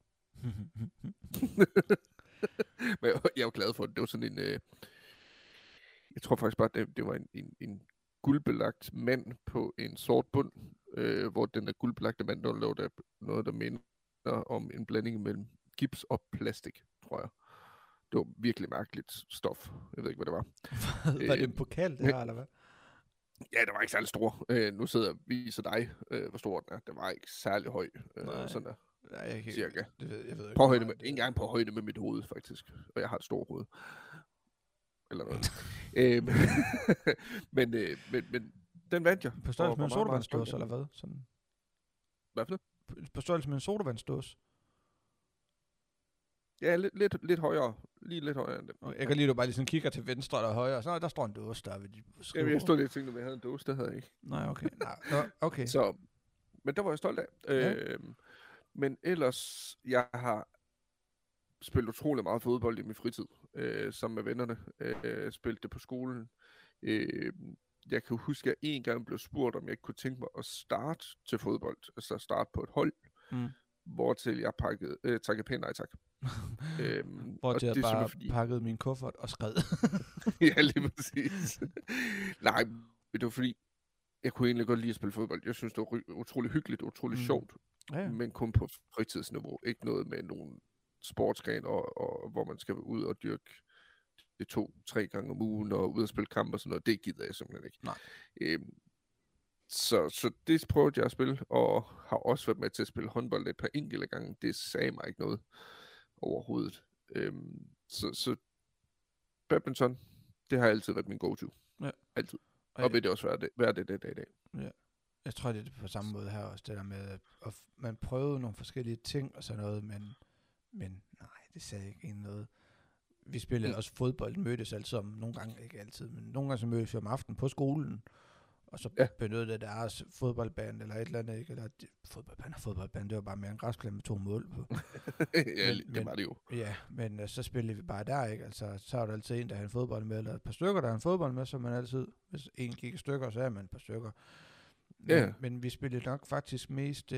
[SPEAKER 1] Men jeg er jo glad for det. Det var sådan en... jeg tror faktisk bare, at det var en guldbelagt mand på en sort bund, hvor den der guldbelagte mand, der lavede noget, der minder om en blanding mellem gips og plastik, tror jeg. Det var virkelig mærkeligt stof. Jeg ved ikke, hvad det var.
[SPEAKER 2] Var det en pokal, det her, eller hvad?
[SPEAKER 1] Ja, det var ikke særlig stor. Nu sidder jeg og viser dig, hvor stor den er. Den var ikke særlig høj. Sådan der.
[SPEAKER 2] Nej, jeg kan
[SPEAKER 1] cirka.
[SPEAKER 2] Jeg ved ikke.
[SPEAKER 1] På højde med, ikke engang på højde med mit hoved, faktisk. Og jeg har et stort hoved. Eller noget. men den vandt jeg.
[SPEAKER 2] På størrelse med en sodavandsdåse, eller hvad? Sådan.
[SPEAKER 1] Hvad for det?
[SPEAKER 2] På størrelse med en sodavandsdåse.
[SPEAKER 1] Ja, lidt højere. Lige lidt højere end det.
[SPEAKER 2] Jeg kan lide, at du bare lige sådan kigger til venstre eller højre. Så der står en dåse der.
[SPEAKER 1] Jamen, jeg stod lige og tænkte, at jeg havde en dåse. Det havde jeg ikke.
[SPEAKER 2] Nej, okay. Okay.
[SPEAKER 1] Så, men der var jeg stolt af.
[SPEAKER 2] Ja.
[SPEAKER 1] Men ellers, jeg har spillet utrolig meget fodbold i min fritid. Sammen med vennerne. Spillet det på skolen. Jeg kan huske, at jeg en gang blev spurgt, om jeg ikke kunne tænke mig at starte til fodbold. Altså starte på et hold. Hvortil jeg takkede pænt nej tak.
[SPEAKER 2] Hvortil jeg bare pakkede min kuffert og skred.
[SPEAKER 1] Ja, lige præcis. Nej, det var fordi, jeg kunne egentlig godt lide at spille fodbold. Jeg synes, det var utrolig hyggeligt, utrolig sjovt.
[SPEAKER 2] Ja.
[SPEAKER 1] Men kun på fritidsniveau. Ikke noget med nogen sportsgren, og hvor man skal ud og dyrke det 2-3 gange om ugen, og ud og spille kamp og sådan noget. Det gider jeg simpelthen ikke.
[SPEAKER 2] Nej.
[SPEAKER 1] Så det prøvede jeg at spille, og har også været med til at spille håndbold et par enkelte gange. Det sagde mig ikke noget overhovedet. Så badminton, det har altid været min go-to.
[SPEAKER 2] Ja.
[SPEAKER 1] Altid. Og vil det også være det den dag i dag.
[SPEAKER 2] Ja. Jeg tror, det er på samme måde her også, det der med, at man prøvede nogle forskellige ting og sådan noget, men nej, det sagde ikke noget. Vi spillede også fodbold, mødtes altid om, nogle gange, ikke altid, men nogle gange så mødtes vi om aftenen på skolen, og så benyttede det deres fodboldbane eller et eller andet, ikke? Eller fodboldbane, det var bare mere en græsplæne med 2 mål på.
[SPEAKER 1] Ja, det var det jo.
[SPEAKER 2] Ja, men så spillede vi bare der, ikke? Altså, så var der altid en, der havde en fodbold med, eller et par stykker, der havde en fodbold med, så man altid, hvis en gik i stykker, så er man et par stykker. Men vi spillede nok faktisk mest,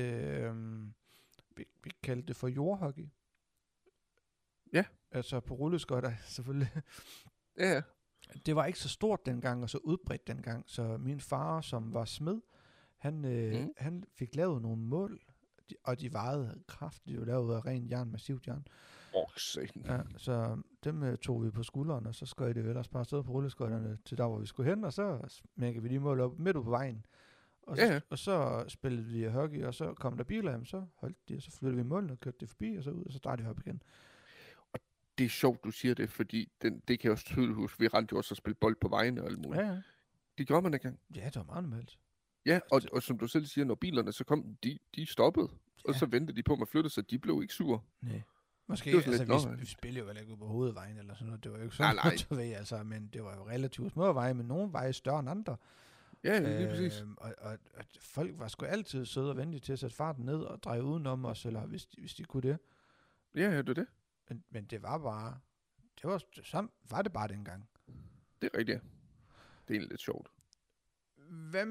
[SPEAKER 2] vi kaldte det for jordhockey.
[SPEAKER 1] Ja.
[SPEAKER 2] Altså på rulleskøjter, selvfølgelig.
[SPEAKER 1] Ja.
[SPEAKER 2] det var ikke så stort dengang, og så udbredt dengang, så min far, som var smed, han fik lavet nogle mål, og de vejede kraftigt, de var lavet af ren jern, massivt jern. Ja, så dem tog vi på skulderen, og så skød det ellers bare afsted på rulleskøjterne til der, hvor vi skulle hen, og så smækkede vi de mål op midt ud på vejen. Og så spillede vi hockey, og så kom der biler hjem, så holdt de, og så flyttede vi målene og kørte det forbi, og så ud, og så startede vi op igen.
[SPEAKER 1] Det er sjovt, du siger det, fordi det kan jeg også tydeligt huske. Vi rendte jo også at spille bold på vejen og alt muligt.
[SPEAKER 2] Ja.
[SPEAKER 1] Det gjorde man ikke.
[SPEAKER 2] Ja, det var meget normalt.
[SPEAKER 1] Ja, og som du selv siger, når bilerne så kom, de stoppede, og så ventede de på, at man flyttede sig. De blev ikke sure.
[SPEAKER 2] Nej. Måske, vi spillede jo vel ikke ud på hovedvejen eller sådan noget. Det var jo ikke sådan noget, du ved, altså, men det var jo relativt små veje, men nogle veje større end andre.
[SPEAKER 1] Ja, lige præcis.
[SPEAKER 2] Og folk var sgu altid søde og venlige til at sætte farten ned og dreje udenom os, eller hvis de kunne det.
[SPEAKER 1] Ja, det er det.
[SPEAKER 2] Men det var bare, var det bare dengang.
[SPEAKER 1] Det er rigtigt. Det er egentlig lidt sjovt.
[SPEAKER 2] Hvad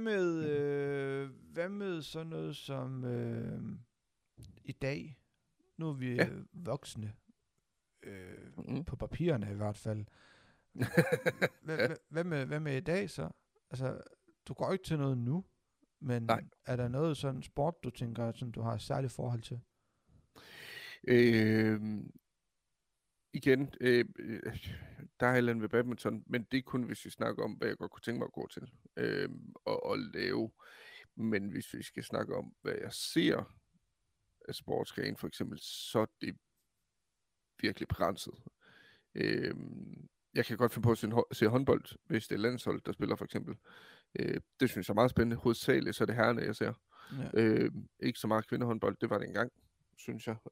[SPEAKER 2] med sådan noget som i dag? Nu er vi voksne. På papirerne i hvert fald. Hvad med i dag så? Altså, du går ikke til noget nu, men
[SPEAKER 1] nej. Er
[SPEAKER 2] der noget sådan sport, du tænker, som du har et særligt forhold til?
[SPEAKER 1] Igen, der er heller ved badminton, men det er kun, hvis vi snakker om, hvad jeg godt kunne tænke mig at gå til og lave. Men hvis vi skal snakke om, hvad jeg ser af sportsgren for eksempel, så er det virkelig begrænset. Jeg kan godt finde på at se håndbold, hvis det er landshold, der spiller for eksempel. Det synes jeg er meget spændende. Hovedsageligt så er det herrerne, jeg ser. Ja. Ikke så meget kvindehåndbold, det var det engang, synes jeg.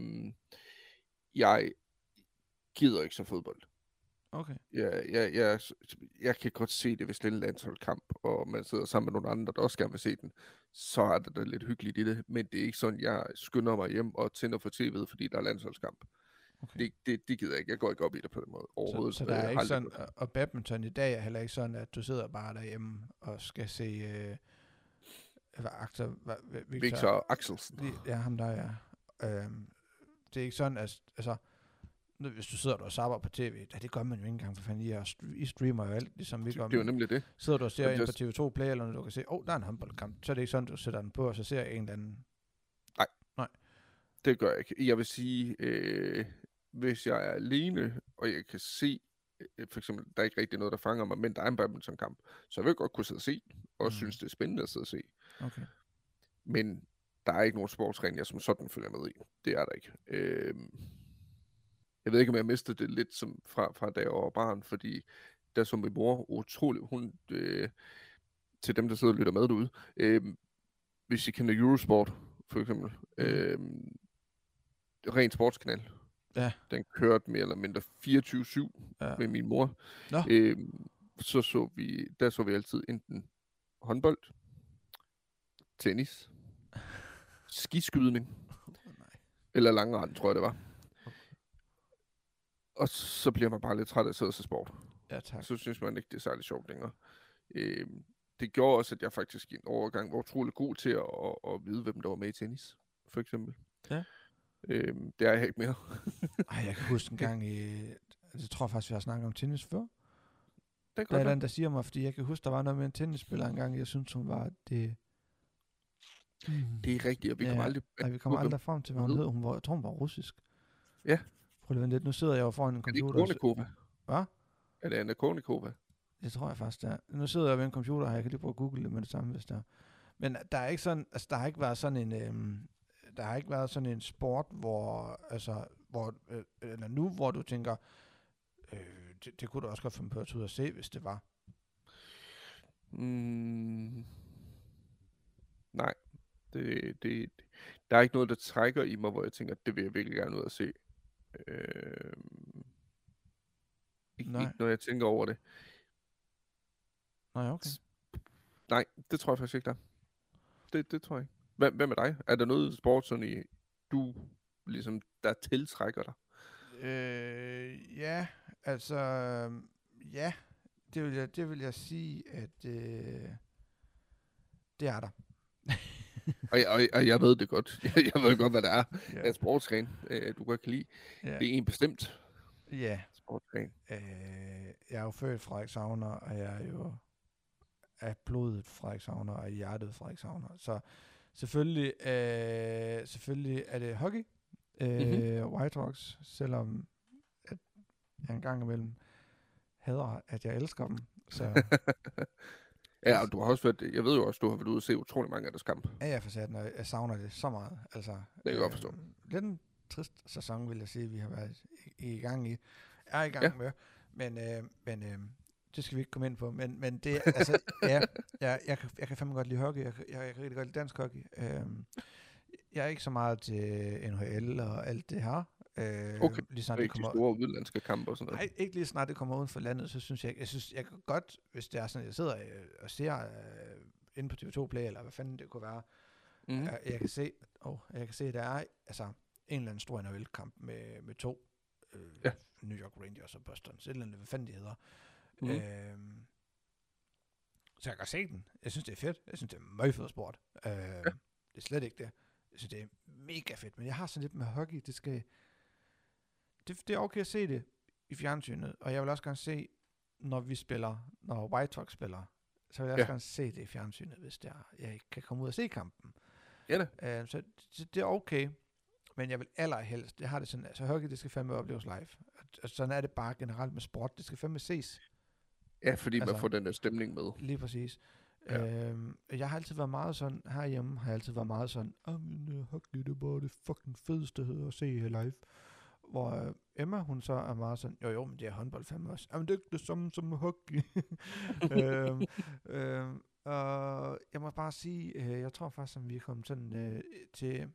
[SPEAKER 1] Jeg gider ikke så fodbold.
[SPEAKER 2] Okay.
[SPEAKER 1] Jeg kan godt se det, hvis det er en landsholdskamp, og man sidder sammen med nogle andre, der også gerne vil se den. Så er det da lidt hyggeligt i det, men det er ikke sådan, jeg skynder mig hjem og tænder for tv'et, fordi der er landsholdskamp. Okay. Det gider jeg ikke. Jeg går ikke op i det på den måde overhovedet.
[SPEAKER 2] Så der er ikke sådan, og badminton i dag er heller ikke sådan, at du sidder bare derhjemme og skal se
[SPEAKER 1] Victor Axelsen.
[SPEAKER 2] Ja, ham der, ja. Det er ikke sådan, at altså, hvis du sidder og zapper på tv, det gør man jo ikke engang, for fanden, I streamer jo alt, ligesom vi gør.
[SPEAKER 1] Det er jo nemlig det.
[SPEAKER 2] Sidder du og ser ind på TV2 Play, eller når du kan se, der er en håndboldkamp, så er det ikke sådan, du sætter den på, og så ser en eller anden. Nej.
[SPEAKER 1] Det gør jeg ikke. Jeg vil sige, hvis jeg er alene, og jeg kan se, for eksempel, der er ikke rigtig noget, der fanger mig, men der er en badmintonkamp, så jeg vil godt kunne sidde og se, og synes, det er spændende at sidde og se.
[SPEAKER 2] Okay.
[SPEAKER 1] Men der er ikke nogen sportsgren, jeg som sådan følger med i. Det er der ikke. Jeg ved ikke, om jeg mistede det lidt som fra da jeg var barn, fordi der som min mor utrolig, hun til dem, der sidder og lytter med derude, hvis I kender Eurosport, for eksempel, ren sportskanal, den kørte mere eller mindre 24/7 med min mor. Så vi altid enten håndbold, tennis, skiskydning, eller langrend, tror jeg det var. Og så bliver man bare lidt træt af at sidde og se sport.
[SPEAKER 2] Ja, tak.
[SPEAKER 1] Så synes man ikke, det er særlig sjovt længere. Det gjorde også, at jeg faktisk i en overgang var utrolig god til at vide, hvem der var med i tennis, for eksempel.
[SPEAKER 2] Ja.
[SPEAKER 1] Det er jeg ikke mere.
[SPEAKER 2] Jeg kan huske en gang jeg tror faktisk, vi har snakket om tennis før.
[SPEAKER 1] Der
[SPEAKER 2] er den, der siger mig, fordi jeg kan huske, der var noget med en tennisspiller engang, jeg synes, hun var det.
[SPEAKER 1] Det er rigtigt, og vi kommer aldrig...
[SPEAKER 2] Nej, vi kommer aldrig frem til, hvad hun hed. Jeg tror, hun var russisk.
[SPEAKER 1] Ja.
[SPEAKER 2] Prøv lige lidt. Nu sidder jeg jo foran en computer.
[SPEAKER 1] Er det Konikova?
[SPEAKER 2] Hvad?
[SPEAKER 1] Er det Anna Konikova?
[SPEAKER 2] Det tror jeg faktisk, det er. Nu sidder jeg ved en computer, og jeg kan lige prøve at google det med det samme, hvis der. Men der er ikke sådan, altså der har ikke været sådan en, der har ikke været sådan en sport, hvor, altså, eller nu, hvor du tænker, det kunne du også godt finde på at tage ud og se, hvis det var.
[SPEAKER 1] Nej. Der er ikke noget, der trækker i mig, hvor jeg tænker, det vil jeg virkelig gerne ud og se. Ikke når jeg tænker over det.
[SPEAKER 2] Nej, okay.
[SPEAKER 1] Nej, det tror jeg faktisk ikke, der. Det tror jeg ikke. Hvad med dig? Er der noget sport, sådan du ligesom, der tiltrækker dig?
[SPEAKER 2] Ja, altså, ja, det vil jeg sige, at det er der.
[SPEAKER 1] og jeg ved det godt. Jeg ved godt, hvad det er. Ja. Det er sportsgren, du godt kan lide. Ja. Det er en bestemt sportsgren.
[SPEAKER 2] Jeg er jo født Frederikshavner, og jeg er jo af blodet Frederikshavner og i hjertet Frederikshavner. Så selvfølgelig er det hockey. Whitehawks, selvom at jeg en gang imellem hader, at jeg elsker dem. Så
[SPEAKER 1] Ja, og du har også været, jeg ved jo også, du har været ude og se utrolig mange af deres kampe.
[SPEAKER 2] er jeg for sat, når jeg savner det så meget. Altså,
[SPEAKER 1] Det kan jeg godt forstå.
[SPEAKER 2] Lidt en trist sæson, vil jeg sige, vi har været i gang i. Er i gang med. Men det skal vi ikke komme ind på. Men det, altså, jeg kan fandme godt lide hockey. Jeg kan rigtig godt lide dansk hockey. Jeg er ikke så meget til NHL og alt det her.
[SPEAKER 1] Okay,
[SPEAKER 2] lige snart
[SPEAKER 1] det er
[SPEAKER 2] det
[SPEAKER 1] ikke de
[SPEAKER 2] kommer,
[SPEAKER 1] store udlandske kampe og sådan noget.
[SPEAKER 2] nej, ikke lige snart det kommer uden for landet, så synes jeg jeg kan godt, hvis det er sådan, jeg sidder og ser inde på TV2 Play, eller hvad fanden det kunne være, jeg kan se, at der er altså en eller anden stor NHL-kamp med to New York Rangers og Boston, så et eller andet, hvad fanden de hedder. Så jeg kan se den. Jeg synes, det er fedt. Jeg synes, det er meget fed sport. Det er slet ikke det. Jeg synes, det er mega fedt, men jeg har sådan lidt med hockey, det er okay at se det i fjernsynet, og jeg vil også gerne se, når White Sox spiller, så vil jeg også gerne se det i fjernsynet, hvis jeg ikke kan komme ud og se kampen.
[SPEAKER 1] Ja da.
[SPEAKER 2] Så det er okay, men jeg vil allerhelst, jeg har det sådan, altså hockey, det skal fandme opleves live. Og sådan er det bare generelt med sport, det skal fandme ses.
[SPEAKER 1] Ja, fordi man får den der stemning med.
[SPEAKER 2] Lige præcis. Ja. Jeg har altid været meget sådan, herhjemme har jeg altid været meget sådan, hockey, det er bare det fucking fedeste at se live. Hvor Emma, hun så er meget sådan, jo, men det er håndbold fandme også. Jamen, det er ikke det samme som hockey. Og jeg må bare sige, jeg tror faktisk, at vi er kommet sådan til...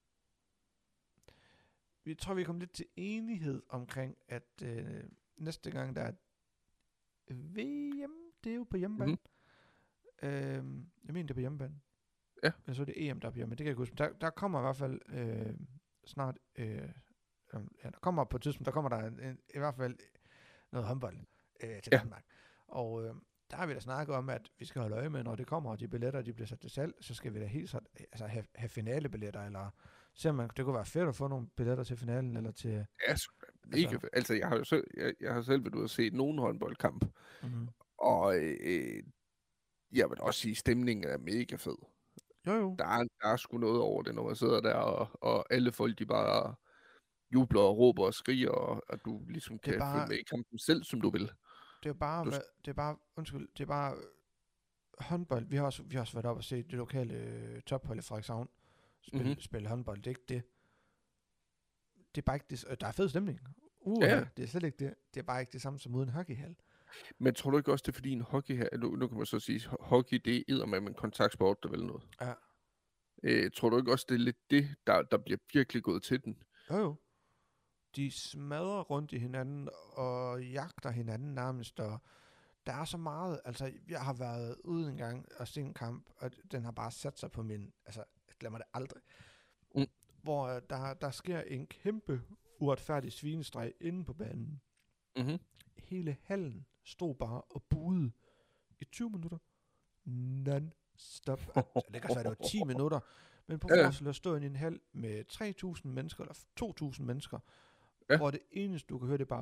[SPEAKER 2] Jeg tror, vi er kommet lidt til enighed omkring, at næste gang, der er VM, det er jo på hjemmebane. Jeg mener, det er på hjemmebane.
[SPEAKER 1] Ja.
[SPEAKER 2] Jeg så det EM, der er på hjemmebane. Det kan jeg ikke huske. Der kommer i hvert fald snart... der kommer på et tidspunkt, der kommer der i hvert fald noget håndbold til Danmark. Og der har vi da snakket om, at vi skal holde øje med, når det kommer, og de billetter, de bliver sat til salg, så skal vi da helt sådan, altså have finalebilletter, eller se om det kunne være fedt at få nogle billetter til finalen, eller til...
[SPEAKER 1] Ja, ikke. Altså, jeg har selv været ude og se nogen håndboldkamp, og jeg vil også sige, at stemningen er mega fed.
[SPEAKER 2] Jo.
[SPEAKER 1] Der er sgu noget over det, når man sidder der, og alle folk, de bare jubler og råber og skriger, og du ligesom kan følge med i kampen selv, som du vil.
[SPEAKER 2] Det er bare håndbold. Vi har også været op og set det lokale tophold i Frederikshavn spille håndbold. Det er ikke det. Det er bare ikke det. Der er fed stemning. Det er slet ikke det. Det er bare ikke det samme som uden hockeyhal.
[SPEAKER 1] Men tror du ikke også, det er fordi en hockey her, nu kan man så sige, hockey, det er eddermame en kontaktsport, der vil noget.
[SPEAKER 2] Ja.
[SPEAKER 1] Tror du ikke også, det er lidt det, der bliver virkelig gået til den?
[SPEAKER 2] Jo. De smadrer rundt i hinanden og jagter hinanden nærmest, og der er så meget, altså jeg har været ude en gang og set en kamp, og den har bare sat sig på min, altså jeg glemmer det aldrig, hvor der sker en kæmpe uretfærdig svinestreg inde på banen. Hele hallen stod bare og buede i 20 minutter. Non-stop. Altså, det kan så være, det var 10 minutter, men på forskel at stå i en hal med 3.000 mennesker, eller 2.000 mennesker, hvor det eneste, du kan høre, det er bare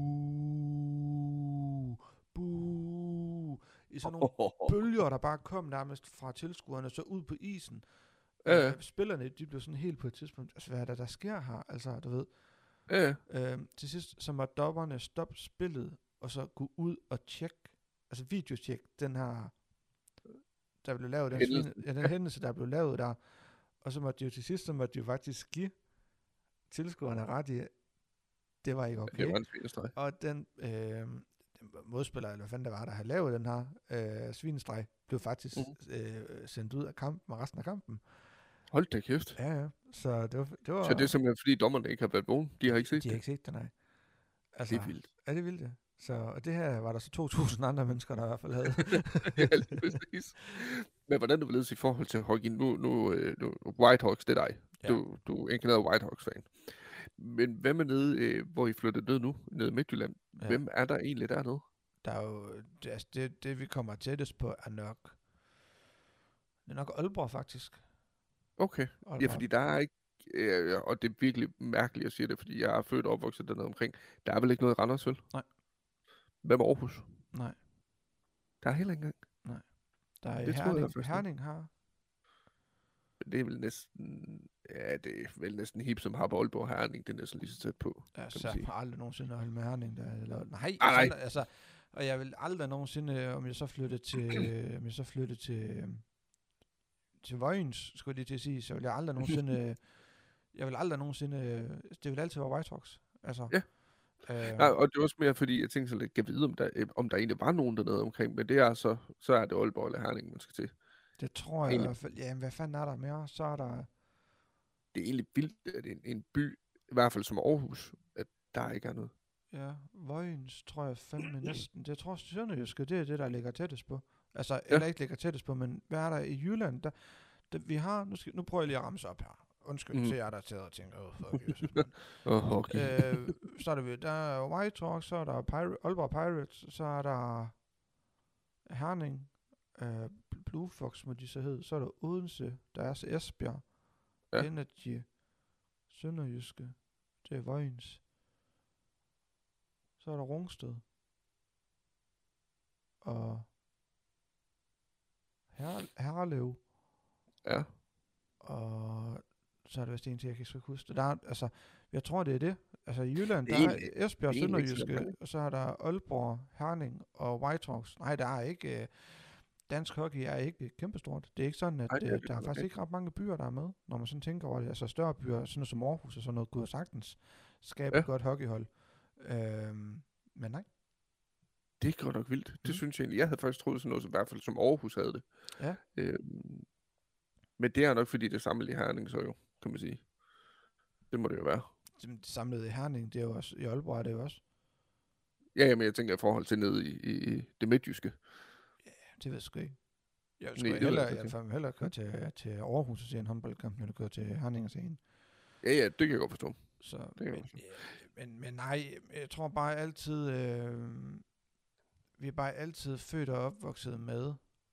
[SPEAKER 2] buh, buh, i sådan nogle bølger, der bare kom nærmest fra tilskuerne, så ud på isen. Spillerne, de blev sådan helt på et tidspunkt, altså hvad er der sker her, altså du ved. Til sidst, så må dommerne stoppe spillet, og så gå ud og tjekke, altså videotjek, den her, der blev lavet, den hændelse, der blev lavet der, og så måtte de jo til sidst, så måtte de jo faktisk give tilskuerne ret i, det var ikke okay.
[SPEAKER 1] Det var en svinestreg.
[SPEAKER 2] Og den modspiller, eller hvad fanden der var, der havde lavet den her svinestreg, blev faktisk sendt ud af kampen, og resten af kampen.
[SPEAKER 1] Hold da kæft.
[SPEAKER 2] Ja. Så det var...
[SPEAKER 1] Så det er simpelthen, fordi dommerne ikke har været vågen? De har ikke set det?
[SPEAKER 2] De har ikke set det, nej. Altså,
[SPEAKER 1] det er vildt.
[SPEAKER 2] Ja, det er vildt, ja. Så, og det her var der så 2.000 andre mennesker, der i hvert fald havde.
[SPEAKER 1] Ja, lige præcis. Men hvordan er du blevet i forhold til hockey? Nu Whitehawks, det er dig. Ja. Du er ikke noget Whitehawks-fan. Men hvem er nede, hvor I flyttede ned nu? Nede i Midtjylland. Ja. Hvem er der egentlig dernede?
[SPEAKER 2] Der er jo... Det vi kommer tættest på, er nok Aalborg, faktisk.
[SPEAKER 1] Okay. Aalborg. Ja, fordi der er ikke... og det er virkelig mærkeligt at sige det, fordi jeg er født og opvokset dernede omkring. Der er vel ikke noget i Randers, vel?
[SPEAKER 2] Nej.
[SPEAKER 1] Hvad med Aarhus?
[SPEAKER 2] Nej.
[SPEAKER 1] Der er heller ikke engang.
[SPEAKER 2] Nej. Der er
[SPEAKER 1] Det troede jeg først.
[SPEAKER 2] Herning har.
[SPEAKER 1] Det er vel næsten... Ja, det er vel næsten hip som har på Aalborg Herning. Det er næsten lige så tæt på.
[SPEAKER 2] Jeg har aldrig nogensinde holdt med Herning. Nej.
[SPEAKER 1] Nej.
[SPEAKER 2] Og jeg vil aldrig nogensinde, om jeg så flyttede til Vojens, skulle jeg lige til at sige, så vil jeg aldrig nogensinde... det vil altid være White Sox. Altså,
[SPEAKER 1] ja. Nej, og det er også mere fordi, jeg tænkte så lidt, jeg vide, om der egentlig var nogen dernede omkring, men det er så er det Aalborg eller Herning, man skal til.
[SPEAKER 2] Det tror jeg i hvert fald. Ja, hvad fanden er der mere? Så er der...
[SPEAKER 1] Det er egentlig vildt, at en by, i hvert fald som Aarhus, at der ikke er noget.
[SPEAKER 2] Ja, Vojens tror jeg fandme næsten. Det tror jeg, Sønderjyske, det er det, der ligger tættest på. Altså, eller ikke ligger tættest på, men hvad er der i Jylland? Vi har, nu prøver jeg lige at ramse op her. Undskyld, så jeg er der til at tænke, fuck Jesus,
[SPEAKER 1] okay.
[SPEAKER 2] Så er der er White Sox, så er der Aalborg Pirates, så er der Herning, Blue Fox må de så hedde, så er der Odense, der er Esbjerg, Energy, Sønderjyske, det er Vojens, så er der Rungsted, og Herlev,
[SPEAKER 1] ja,
[SPEAKER 2] og så er der vist en til, jeg kan ikke huske det. Der er, altså, jeg tror, det er det. Altså i Jylland, der er Esbjerg, Sønderjyske, og så er der Aalborg, Herning og White Sox. Nej, der er ikke... dansk hockey er ikke kæmpestort. Det er ikke sådan, at der er faktisk ikke ret mange byer, der er med, når man sådan tænker over det. Altså større byer, sådan noget som Aarhus og sådan noget, kunne sagtens skabe et godt hockeyhold. Men nej.
[SPEAKER 1] Det er godt nok vildt. Det synes jeg egentlig. Jeg havde faktisk troet sådan noget, som, i hvert fald som Aarhus havde det.
[SPEAKER 2] Ja.
[SPEAKER 1] Men det er nok, fordi det samlede i Herning, så jo, kan man sige. Det må det jo være.
[SPEAKER 2] Det samlede i Herning, det er jo også, i Aalborg er det jo også.
[SPEAKER 1] Ja, men jeg tænker i forhold til ned i det midtjyske.
[SPEAKER 2] Ja, det ved jeg sgu ikke. Jeg vil hellere køre til Aarhus og se en håndboldkamp, når du kører til Herning og se en.
[SPEAKER 1] Ja, det kan jeg godt forstå.
[SPEAKER 2] Så, men nej, jeg tror bare altid, vi er bare altid født og opvokset med,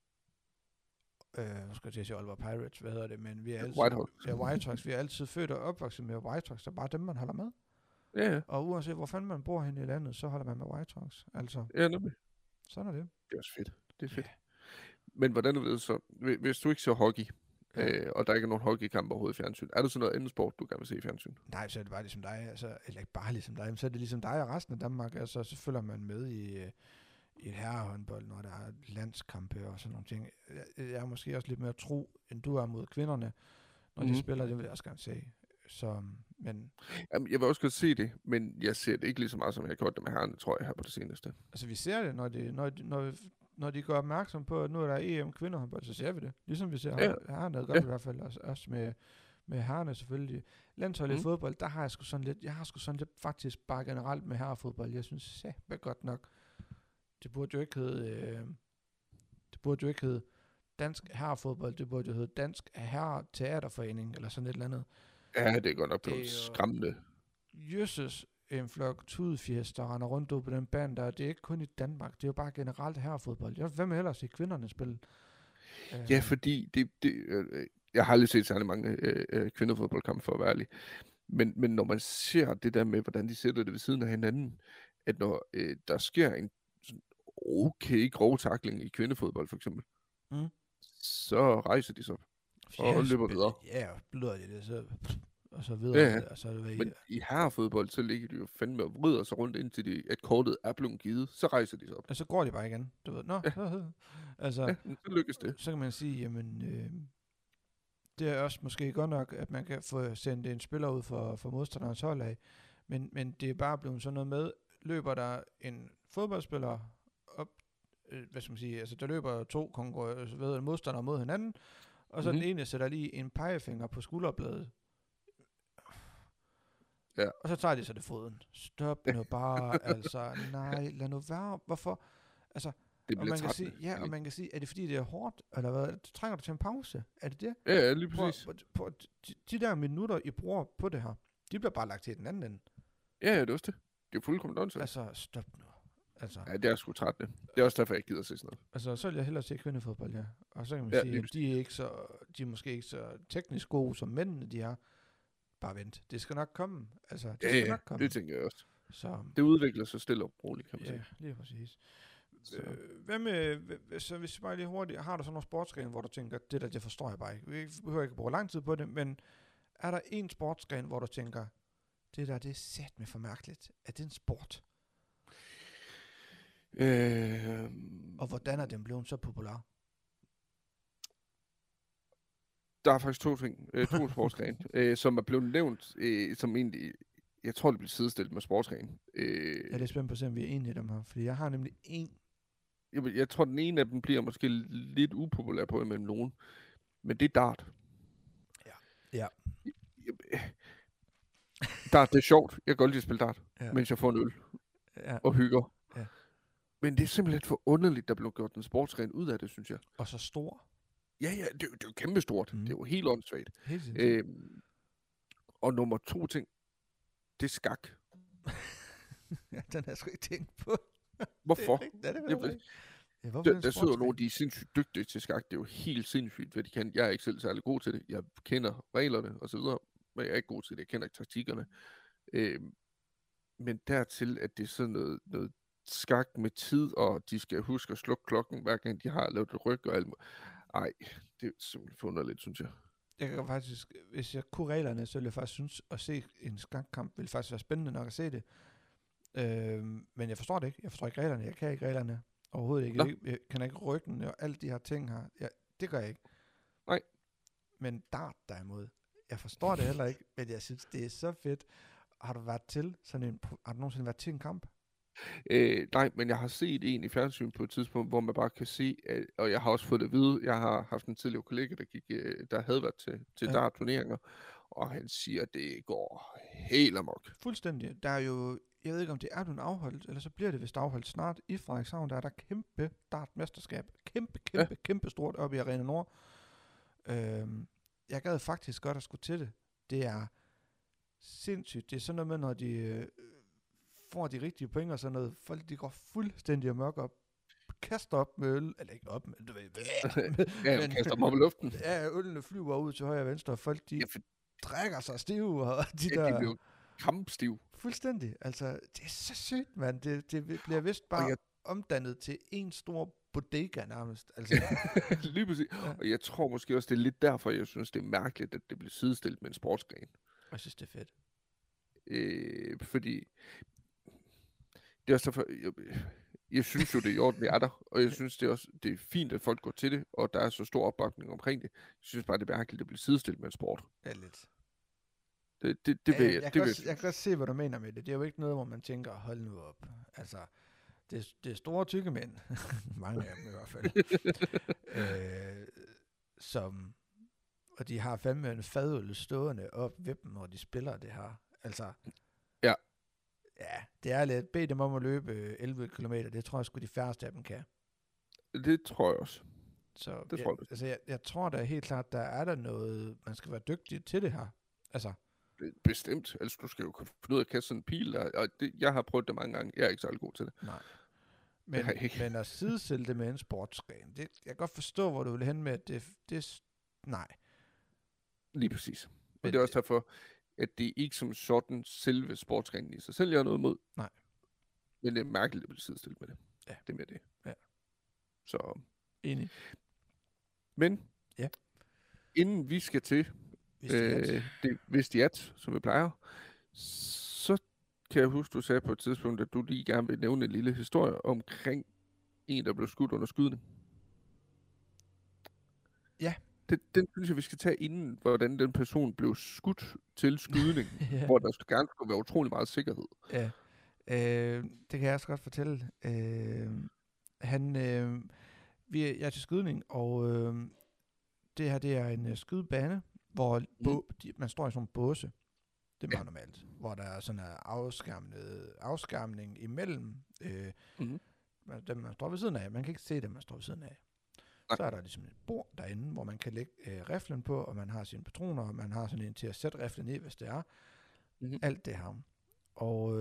[SPEAKER 2] nu skal jeg til at sige Aalborg Pirates, hvad hedder det, men vi er altid... White Sox. Vi er altid født og opvokset med White Sox, så bare dem, man holder med.
[SPEAKER 1] Ja.
[SPEAKER 2] Og uanset hvor fanden man bor hen i landet, så holder man med White Sox. Altså,
[SPEAKER 1] ja, nemlig.
[SPEAKER 2] Sådan er det.
[SPEAKER 1] Det er også fedt. Det er fedt. Men hvordan er det så, hvis du ikke ser hockey, og der ikke er nogen hockeykamp overhovedet i fjernsyn, er der så noget andet sport, du gerne vil se i fjernsyn?
[SPEAKER 2] Nej, så er det bare ligesom dig, altså, eller ikke bare ligesom dig, men så er det ligesom dig og resten af Danmark, altså så følger man med i et herrehåndbold, når der er landskampe og sådan nogle ting. Jeg er måske også lidt mere tro, end du er mod kvinderne, når de spiller, det vil jeg også gerne se. Så, men...
[SPEAKER 1] Jamen, jeg vil også godt se det, men jeg ser det ikke lige så meget, som jeg har gjort det med herrerne, tror jeg, her på det seneste.
[SPEAKER 2] Altså, vi ser det, når de går opmærksom på, at nu er der EM kvindehåndbold, så ser vi det. Ligesom vi ser herrerne, det gør vi i hvert fald også med herrerne selvfølgelig. Landsholdet i fodbold, der har jeg sgu sådan lidt faktisk bare generelt med herrefodbold. Jeg synes, godt nok, det burde jo ikke hedde dansk herrefodbold, det burde jo hedde dansk herreteaterforening, eller sådan et eller andet.
[SPEAKER 1] Ja, det er godt nok blevet skræmmende.
[SPEAKER 2] Jøsses, en flok tudefjes, der render rundt på den bane der. Det er ikke kun i Danmark, det er jo bare generelt herrefodbold. Hvem vil ellers se kvinderne spille?
[SPEAKER 1] Ja, fordi jeg har aldrig set særlig mange kvindefodboldkampe, for at være ærlig. Men når man ser det der med, hvordan de sætter det ved siden af hinanden, at når der sker en okay grov tackling i kvindefodbold for eksempel, så rejser de sig op og løber videre.
[SPEAKER 2] Ja, bløder de det, og så videre.
[SPEAKER 1] Ja.
[SPEAKER 2] Og så
[SPEAKER 1] men i herrefodbold, så ligger de jo fandme og vrider sig rundt, indtil at kortet er blevet givet, så rejser de sig op.
[SPEAKER 2] Og så går de bare igen, du ved.
[SPEAKER 1] Altså, så lykkes det.
[SPEAKER 2] Så kan man sige, jamen, det er også måske godt nok, at man kan få sendt en spiller ud for modstanderens hold af, men det er bare blevet sådan noget med, løber der en fodboldspiller op, hvad skal man sige, altså der løber to modstandere mod hinanden, og så den ene sætter lige en pegefinger på skulderbladet.
[SPEAKER 1] Ja.
[SPEAKER 2] Og så tager de så det foden. Stop nu bare, altså, nej, lad nu være. Hvorfor? Altså, og man kan sige, og man kan sige, er det fordi det er hårdt, eller hvad? Trænger du til en pause? Er det det?
[SPEAKER 1] Ja, lige præcis.
[SPEAKER 2] De der minutter, I bruger på det her, de bliver bare lagt til den anden ende.
[SPEAKER 1] Ja, det er også det. Det er fuldkommen åndssvagt.
[SPEAKER 2] Altså, stop nu. Altså,
[SPEAKER 1] ja, det er sgu trættende. Det er også derfor, jeg ikke gider at se sådan noget.
[SPEAKER 2] Altså, så vil jeg hellere se kvindefodbold, ja. Og så kan man sige, at de er måske ikke så teknisk gode, som mændene de er. bare vente. Det skal nok komme. Altså, det
[SPEAKER 1] Ja,
[SPEAKER 2] skal nok komme.
[SPEAKER 1] det tænker jeg også.
[SPEAKER 2] Så,
[SPEAKER 1] Det udvikler sig stille og roligt, kan man
[SPEAKER 2] ja,
[SPEAKER 1] sige.
[SPEAKER 2] lige præcis.
[SPEAKER 1] Så.
[SPEAKER 2] Hvad med, så hvis vi bare lige hurtigt, har du sådan nogle sportsgrene, hvor du tænker, det forstår jeg bare ikke. Vi behøver ikke bruge lang tid på det, men er der en sportsgren, hvor du tænker, det er satme for mærkeligt. Er det en sport? Og hvordan er den blevet så populær?
[SPEAKER 1] Der er faktisk to sportsgrene, som er blevet nævnt, som egentlig, jeg tror, det bliver sidestillet med sportsgrene.
[SPEAKER 2] Jeg er lidt spændt på at se, om vi er enige i dem her, fordi jeg har nemlig en.
[SPEAKER 1] Jeg tror, den ene af dem bliver måske lidt upopulær på imellem nogen, men det er dart.
[SPEAKER 2] Ja.
[SPEAKER 1] Dart, det er sjovt. Jeg kan godt lide at spille dart, mens jeg får en øl og hygger.
[SPEAKER 2] Ja.
[SPEAKER 1] Men det er simpelthen for underligt, der blev gjort en sportsgren ud af det, synes jeg.
[SPEAKER 2] Og så stor.
[SPEAKER 1] Ja, det er jo kæmpestort. Det er jo helt åndssvagt.
[SPEAKER 2] Helt
[SPEAKER 1] og nummer 2 ting, det er skak.
[SPEAKER 2] Ja, den har jeg sgu ikke tænkt på.
[SPEAKER 1] Hvorfor?
[SPEAKER 2] Der
[SPEAKER 1] sidder nogle, de er sindssygt dygtige til skak. Det er jo helt sindssygt, hvad de kan. Jeg er ikke selv særlig god til det. Jeg kender reglerne og så videre, men jeg er ikke god til det. Jeg kender ikke taktikkerne. Men dertil, at det er sådan noget skak med tid, og de skal huske at slukke klokken, hver gang de har lavet et ryg og alt. Ej, det er simpelthen forunderligt, synes jeg.
[SPEAKER 2] Jeg kan faktisk, hvis jeg kunne reglerne, så ville jeg faktisk synes, at se en skakkamp ville faktisk være spændende nok at se det. Men jeg forstår det ikke. Jeg forstår ikke reglerne. Jeg kan ikke reglerne overhovedet ikke. Jeg kan ikke ryggen og alle de her ting her. Det gør jeg ikke.
[SPEAKER 1] Nej.
[SPEAKER 2] Men dart derimod, jeg forstår det heller ikke, men jeg synes, det er så fedt. Har du nogensinde været til en kamp?
[SPEAKER 1] Nej, men jeg har set en i fjernsyn på et tidspunkt, hvor man bare kan se, og jeg har også fået det at vide, jeg har haft en tidligere kollega, der havde været til dart-turneringer, og han siger, at det går helt amok.
[SPEAKER 2] Fuldstændig. Der er jo, jeg ved ikke om det er blevet afholdt, eller så bliver det vist afholdt snart i Frederikshavn, der er der kæmpe dartmesterskab. Kæmpe stort oppe i Arena Nord. Jeg gad faktisk godt at skulle til det. Det er sindssygt. Det er sådan noget med, når de får de rigtige point og sådan noget. Folk, de går fuldstændig amok op. Kaster op med øl. Eller ikke op, men du ved.
[SPEAKER 1] Men kaster dem op i luften.
[SPEAKER 2] Ja, ølene flyver ud til højre og venstre, og folk, de trækker sig stive. Og de
[SPEAKER 1] bliver kampstiv.
[SPEAKER 2] Fuldstændig. Altså, det er så sygt, mand. Det bliver vist bare omdannet til en stor bodega nærmest. Altså.
[SPEAKER 1] Lige præcis. Ja. Og jeg tror måske også, det er lidt derfor, jeg synes, det er mærkeligt, at det bliver sidestillet med en sportsgren.
[SPEAKER 2] Jeg synes, det er fedt.
[SPEAKER 1] Fordi det er også derfor, jeg synes jo, det er i orden, det er der, og jeg synes det er fint, at folk går til det, og der er så stor opbakning omkring det. Jeg synes bare, det er mærkeligt, at det bliver sidestillet med en sport.
[SPEAKER 2] Ja, lidt.
[SPEAKER 1] Jeg
[SPEAKER 2] kan godt se, hvad du mener med det. Det er jo ikke noget, hvor man tænker, hold nu op. Altså, det er store tykke mænd. Mange af dem i hvert fald. Og de har fandme en fadøl stående op ved dem, når de spiller det her. Altså, ja, det er lidt. Bed dem om at løbe 11 km. Det tror jeg sgu de færreste af dem kan.
[SPEAKER 1] Det tror jeg også.
[SPEAKER 2] Så det tror jeg. Altså, jeg tror da helt klart, der er der noget, man skal være dygtig til det her. Altså.
[SPEAKER 1] Bestemt. Altså, du skal jo kunne finde ud af at kaste sådan en pil. Og jeg har prøvet det mange gange. Jeg er ikke særlig god til det.
[SPEAKER 2] Nej. Men at sidestille det med en sportsgren, jeg kan godt forstå, hvor du vil hen med, at det nej.
[SPEAKER 1] Lige præcis. Og det er også derfor, at det ikke som sådan selve sportsgrenen i sig selv, jeg har noget imod.
[SPEAKER 2] Nej.
[SPEAKER 1] Men det er mærkeligt, at blive sidestillet med det.
[SPEAKER 2] Ja.
[SPEAKER 1] Det er med det.
[SPEAKER 2] Ja.
[SPEAKER 1] Så.
[SPEAKER 2] Enig.
[SPEAKER 1] Men.
[SPEAKER 2] Ja.
[SPEAKER 1] Inden vi skal til det Vestiat, som vi plejer, så kan jeg huske, du sagde på et tidspunkt, at du lige gerne vil nævne en lille historie omkring en, der blev skudt under skydning.
[SPEAKER 2] Ja.
[SPEAKER 1] Den synes jeg, vi skal tage inden, hvordan den person blev skudt til skydning, hvor der gerne skulle være utrolig meget sikkerhed.
[SPEAKER 2] Ja, det kan jeg også godt fortælle. Jeg er til skydning, og det her, det er en skydebane, hvor man står i sådan en båse. Det er meget normalt. Hvor der er sådan en afskærmning imellem dem, man står ved siden af. Man kan ikke se dem, man står ved siden af. Så er der ligesom et bord derinde, hvor man kan lægge riflen på, og man har sine patroner, og man har sådan en til at sætte riflen i, hvis det er. Alt det her. Og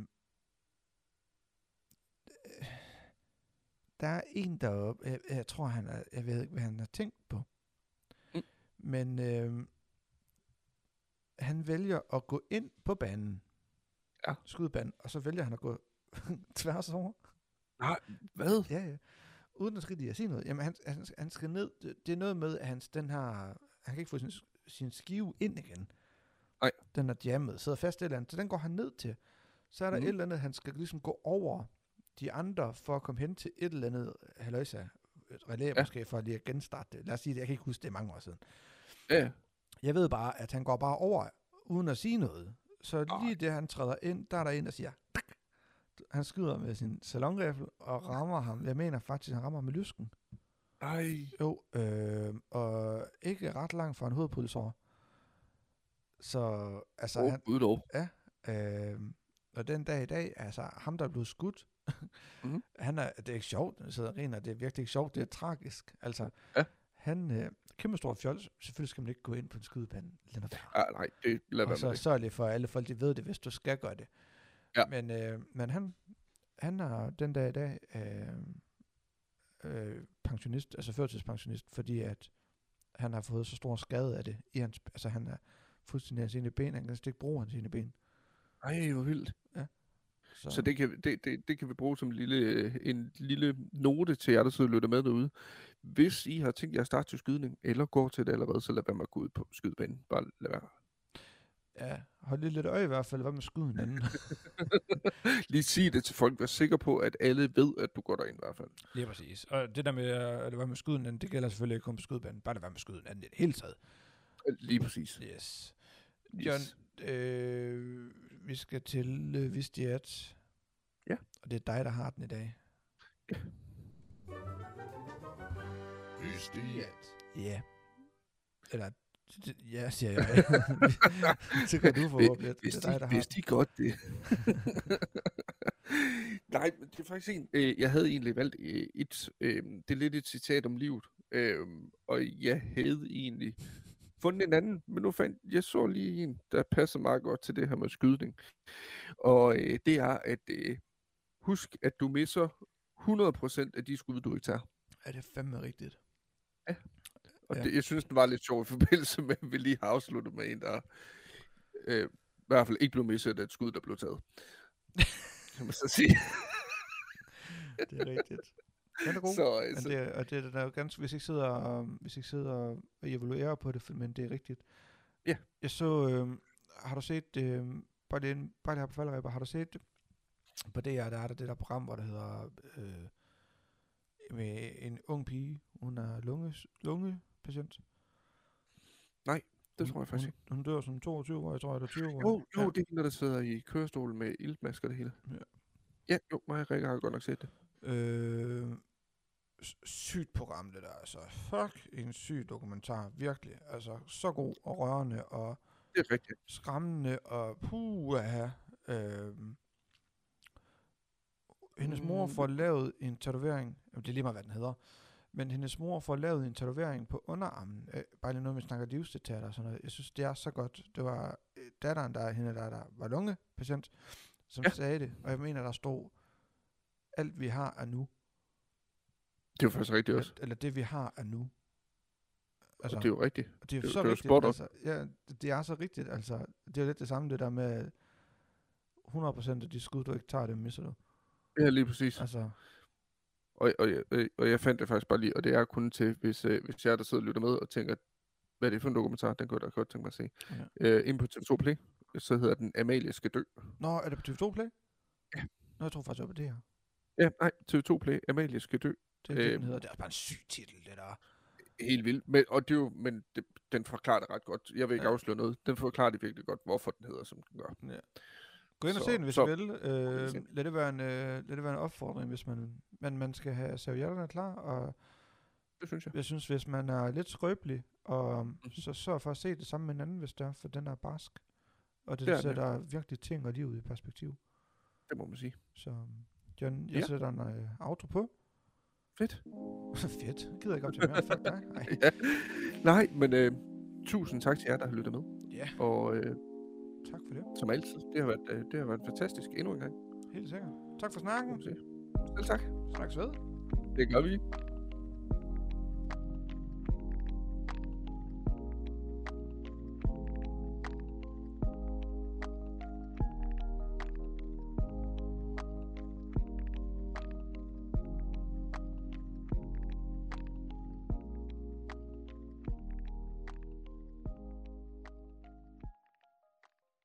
[SPEAKER 2] der er en deroppe, jeg tror jeg ved ikke, hvad han har tænkt på. Men han vælger at gå ind på banen.
[SPEAKER 1] Ja.
[SPEAKER 2] Skudbanen, og så vælger han at gå tværs over.
[SPEAKER 1] Nej, hvad?
[SPEAKER 2] Ja. Uden at rigtig at sige noget. Jamen, han skal ned. Det er noget med, at han kan ikke få sin skive ind igen.
[SPEAKER 1] Nej.
[SPEAKER 2] Den er jammet, sidder fast et eller andet. Så den går han ned til. Så er der et eller andet, han skal ligesom gå over de andre, for at komme hen til et eller andet halløjsa, et relæ måske, for lige at genstarte det. Lad os sige det, jeg kan ikke huske det, mange år siden.
[SPEAKER 1] Ja.
[SPEAKER 2] Jeg ved bare, at han går bare over, uden at sige noget. Så lige det, han træder ind, der er der en, der siger, han skyder med sin salonrifle og rammer ham. Jeg mener faktisk, han rammer med lysken.
[SPEAKER 1] Ej.
[SPEAKER 2] Jo, og ikke ret langt fra en hovedpulsår. Så, altså og den dag i dag, altså ham, der er blevet skudt, det er ikke sjovt, det er virkelig ikke sjovt, det er tragisk. Altså, han, kæmpe stor fjols, selvfølgelig skal man ikke gå ind på en skydebane.
[SPEAKER 1] Nej, det lader være med det.
[SPEAKER 2] Og så sørg lige for, at alle folk, de ved det, hvis du skal gøre det.
[SPEAKER 1] Ja.
[SPEAKER 2] Men han er den dag i dag pensionist, altså førtidspensionist, fordi at han har fået så stor skade af det. Altså han er fuldstændig af sine ben, han kan ikke bruge hans sine ben.
[SPEAKER 1] Ej, hvor vildt.
[SPEAKER 2] Ja.
[SPEAKER 1] Så det kan vi bruge som en lille note til jer, der sidder og lytter med derude. Hvis I har tænkt jer at starte til skydning, eller går til det allerede, så lad være med at gå ud på skydebanen. Bare lad være.
[SPEAKER 2] Ja, hold lidt øje i hvert fald. Hvad med skyde hinanden?
[SPEAKER 1] Lige sig det til folk. Vær sikker på, at alle ved, at du går derind i hvert fald.
[SPEAKER 2] Lige præcis. Og det der med at lade være med skyde hinanden, det gælder selvfølgelig ikke kun på skydebanen. Bare lade være med skyde hinanden i det hele taget.
[SPEAKER 1] Lige præcis.
[SPEAKER 2] Yes. John, vi skal til Vistiat.
[SPEAKER 1] Ja.
[SPEAKER 2] Og det er dig, der har den i dag.
[SPEAKER 1] Ja.
[SPEAKER 3] Vistiat.
[SPEAKER 2] Ja. Eller, ja, siger jeg. Så kan du få op lidt.
[SPEAKER 1] Vidste de godt det? Nej, men det er faktisk jeg havde egentlig valgt det er lidt et citat om livet. Og jeg havde egentlig fundet en anden, men jeg så lige en, der passer meget godt til det her med skydning. Og det er, at husk, at du misser 100% af de skud, du ikke tager.
[SPEAKER 2] Er det fandme rigtigt?
[SPEAKER 1] Ja. Og jeg synes, det var lidt sjovt i forbindelse med, at vi lige har afsluttet med en, der i hvert fald ikke blev misset af et skud, der blev taget. Kan man så sige.
[SPEAKER 2] Det er rigtigt. Den er god. Det er jo ganske, hvis ikke sidder og evaluerer på det, men det er rigtigt.
[SPEAKER 1] Ja.
[SPEAKER 2] Jeg så, har du set, bare lige her på faldrebber, har du set på DR, der er det der program, hvor der hedder, med en ung pige, hun er lungepatient.
[SPEAKER 1] Nej, det tror jeg faktisk ikke.
[SPEAKER 2] Hun dør som 22 år, jeg tror, eller 20 år.
[SPEAKER 1] Jo, det er hende, der sidder i kørestol med iltmasker og det hele. Ja, mig og Rikke har godt nok set det.
[SPEAKER 2] Sygt program, det der, altså. Fuck, en syg dokumentar, virkelig. Altså, så god og rørende og
[SPEAKER 1] det er rigtigt.
[SPEAKER 2] Skræmmende og puha. Hendes mor får lavet en tatovering, det er lige meget, hvad den hedder, men hendes mor får lavet en tatovering på underarmen. Bare lige noget, vi snakker livsdetaljer og sådan noget. Jeg synes, det er så godt. Det var datteren, der var lungepatient, som sagde det, og jeg mener, der stod, alt vi har er nu.
[SPEAKER 1] Det er jo faktisk rigtigt også.
[SPEAKER 2] Eller det vi har er nu.
[SPEAKER 1] Altså, og det er jo rigtigt.
[SPEAKER 2] Det er så rigtigt. Altså, ja, det er så rigtigt. Altså, det er lidt det samme, det der med 100% af de skud, du ikke tager, det misser du.
[SPEAKER 1] Ja, lige præcis.
[SPEAKER 2] Altså.
[SPEAKER 1] Og jeg fandt det faktisk bare lige, og det er kun til, hvis jeg der sidder og lytter med og tænker, hvad er det for en dokumentar, den kunne jeg da godt tænke mig at se. Ja. Inde på TV2 Play, så hedder den Amalie skal dø.
[SPEAKER 2] Nå, er det på TV2 Play?
[SPEAKER 1] Ja.
[SPEAKER 2] Nå, jeg tror faktisk, det var på det her.
[SPEAKER 1] Ja, nej, TV2 Play, Amalie skal dø.
[SPEAKER 2] Det er den hedder. Det er bare en syg titel, det der.
[SPEAKER 1] Helt vildt. Men den forklarer det ret godt. Jeg vil ikke afsløre noget. Den forklarer det virkelig godt, hvorfor den hedder, som den gør. Ja.
[SPEAKER 2] Gå ind og se den, hvis du vil. Lad det være en opfordring, hvis man skal have servietterne klar. Og
[SPEAKER 1] det synes jeg.
[SPEAKER 2] Jeg synes, hvis man er lidt skrøbelig, og så sørg for at se det sammen med en anden, hvis det er, for den er barsk. Og det sætter virkelig ting og livet i perspektiv.
[SPEAKER 1] Det må man sige.
[SPEAKER 2] Så John, jeg sætter en outro på.
[SPEAKER 1] Fedt.
[SPEAKER 2] Fedt. Jeg gider ikke op til mere. Fuck dig.
[SPEAKER 1] Ja. Nej, men tusind tak til jer, der har lyttet med.
[SPEAKER 2] Ja.
[SPEAKER 1] Og
[SPEAKER 2] tak for det.
[SPEAKER 1] Som altid. Det har været fantastisk endnu en gang.
[SPEAKER 2] Helt sikkert. Tak for snakken.
[SPEAKER 1] Selv tak.
[SPEAKER 2] Snakkes ved.
[SPEAKER 1] Det gør vi.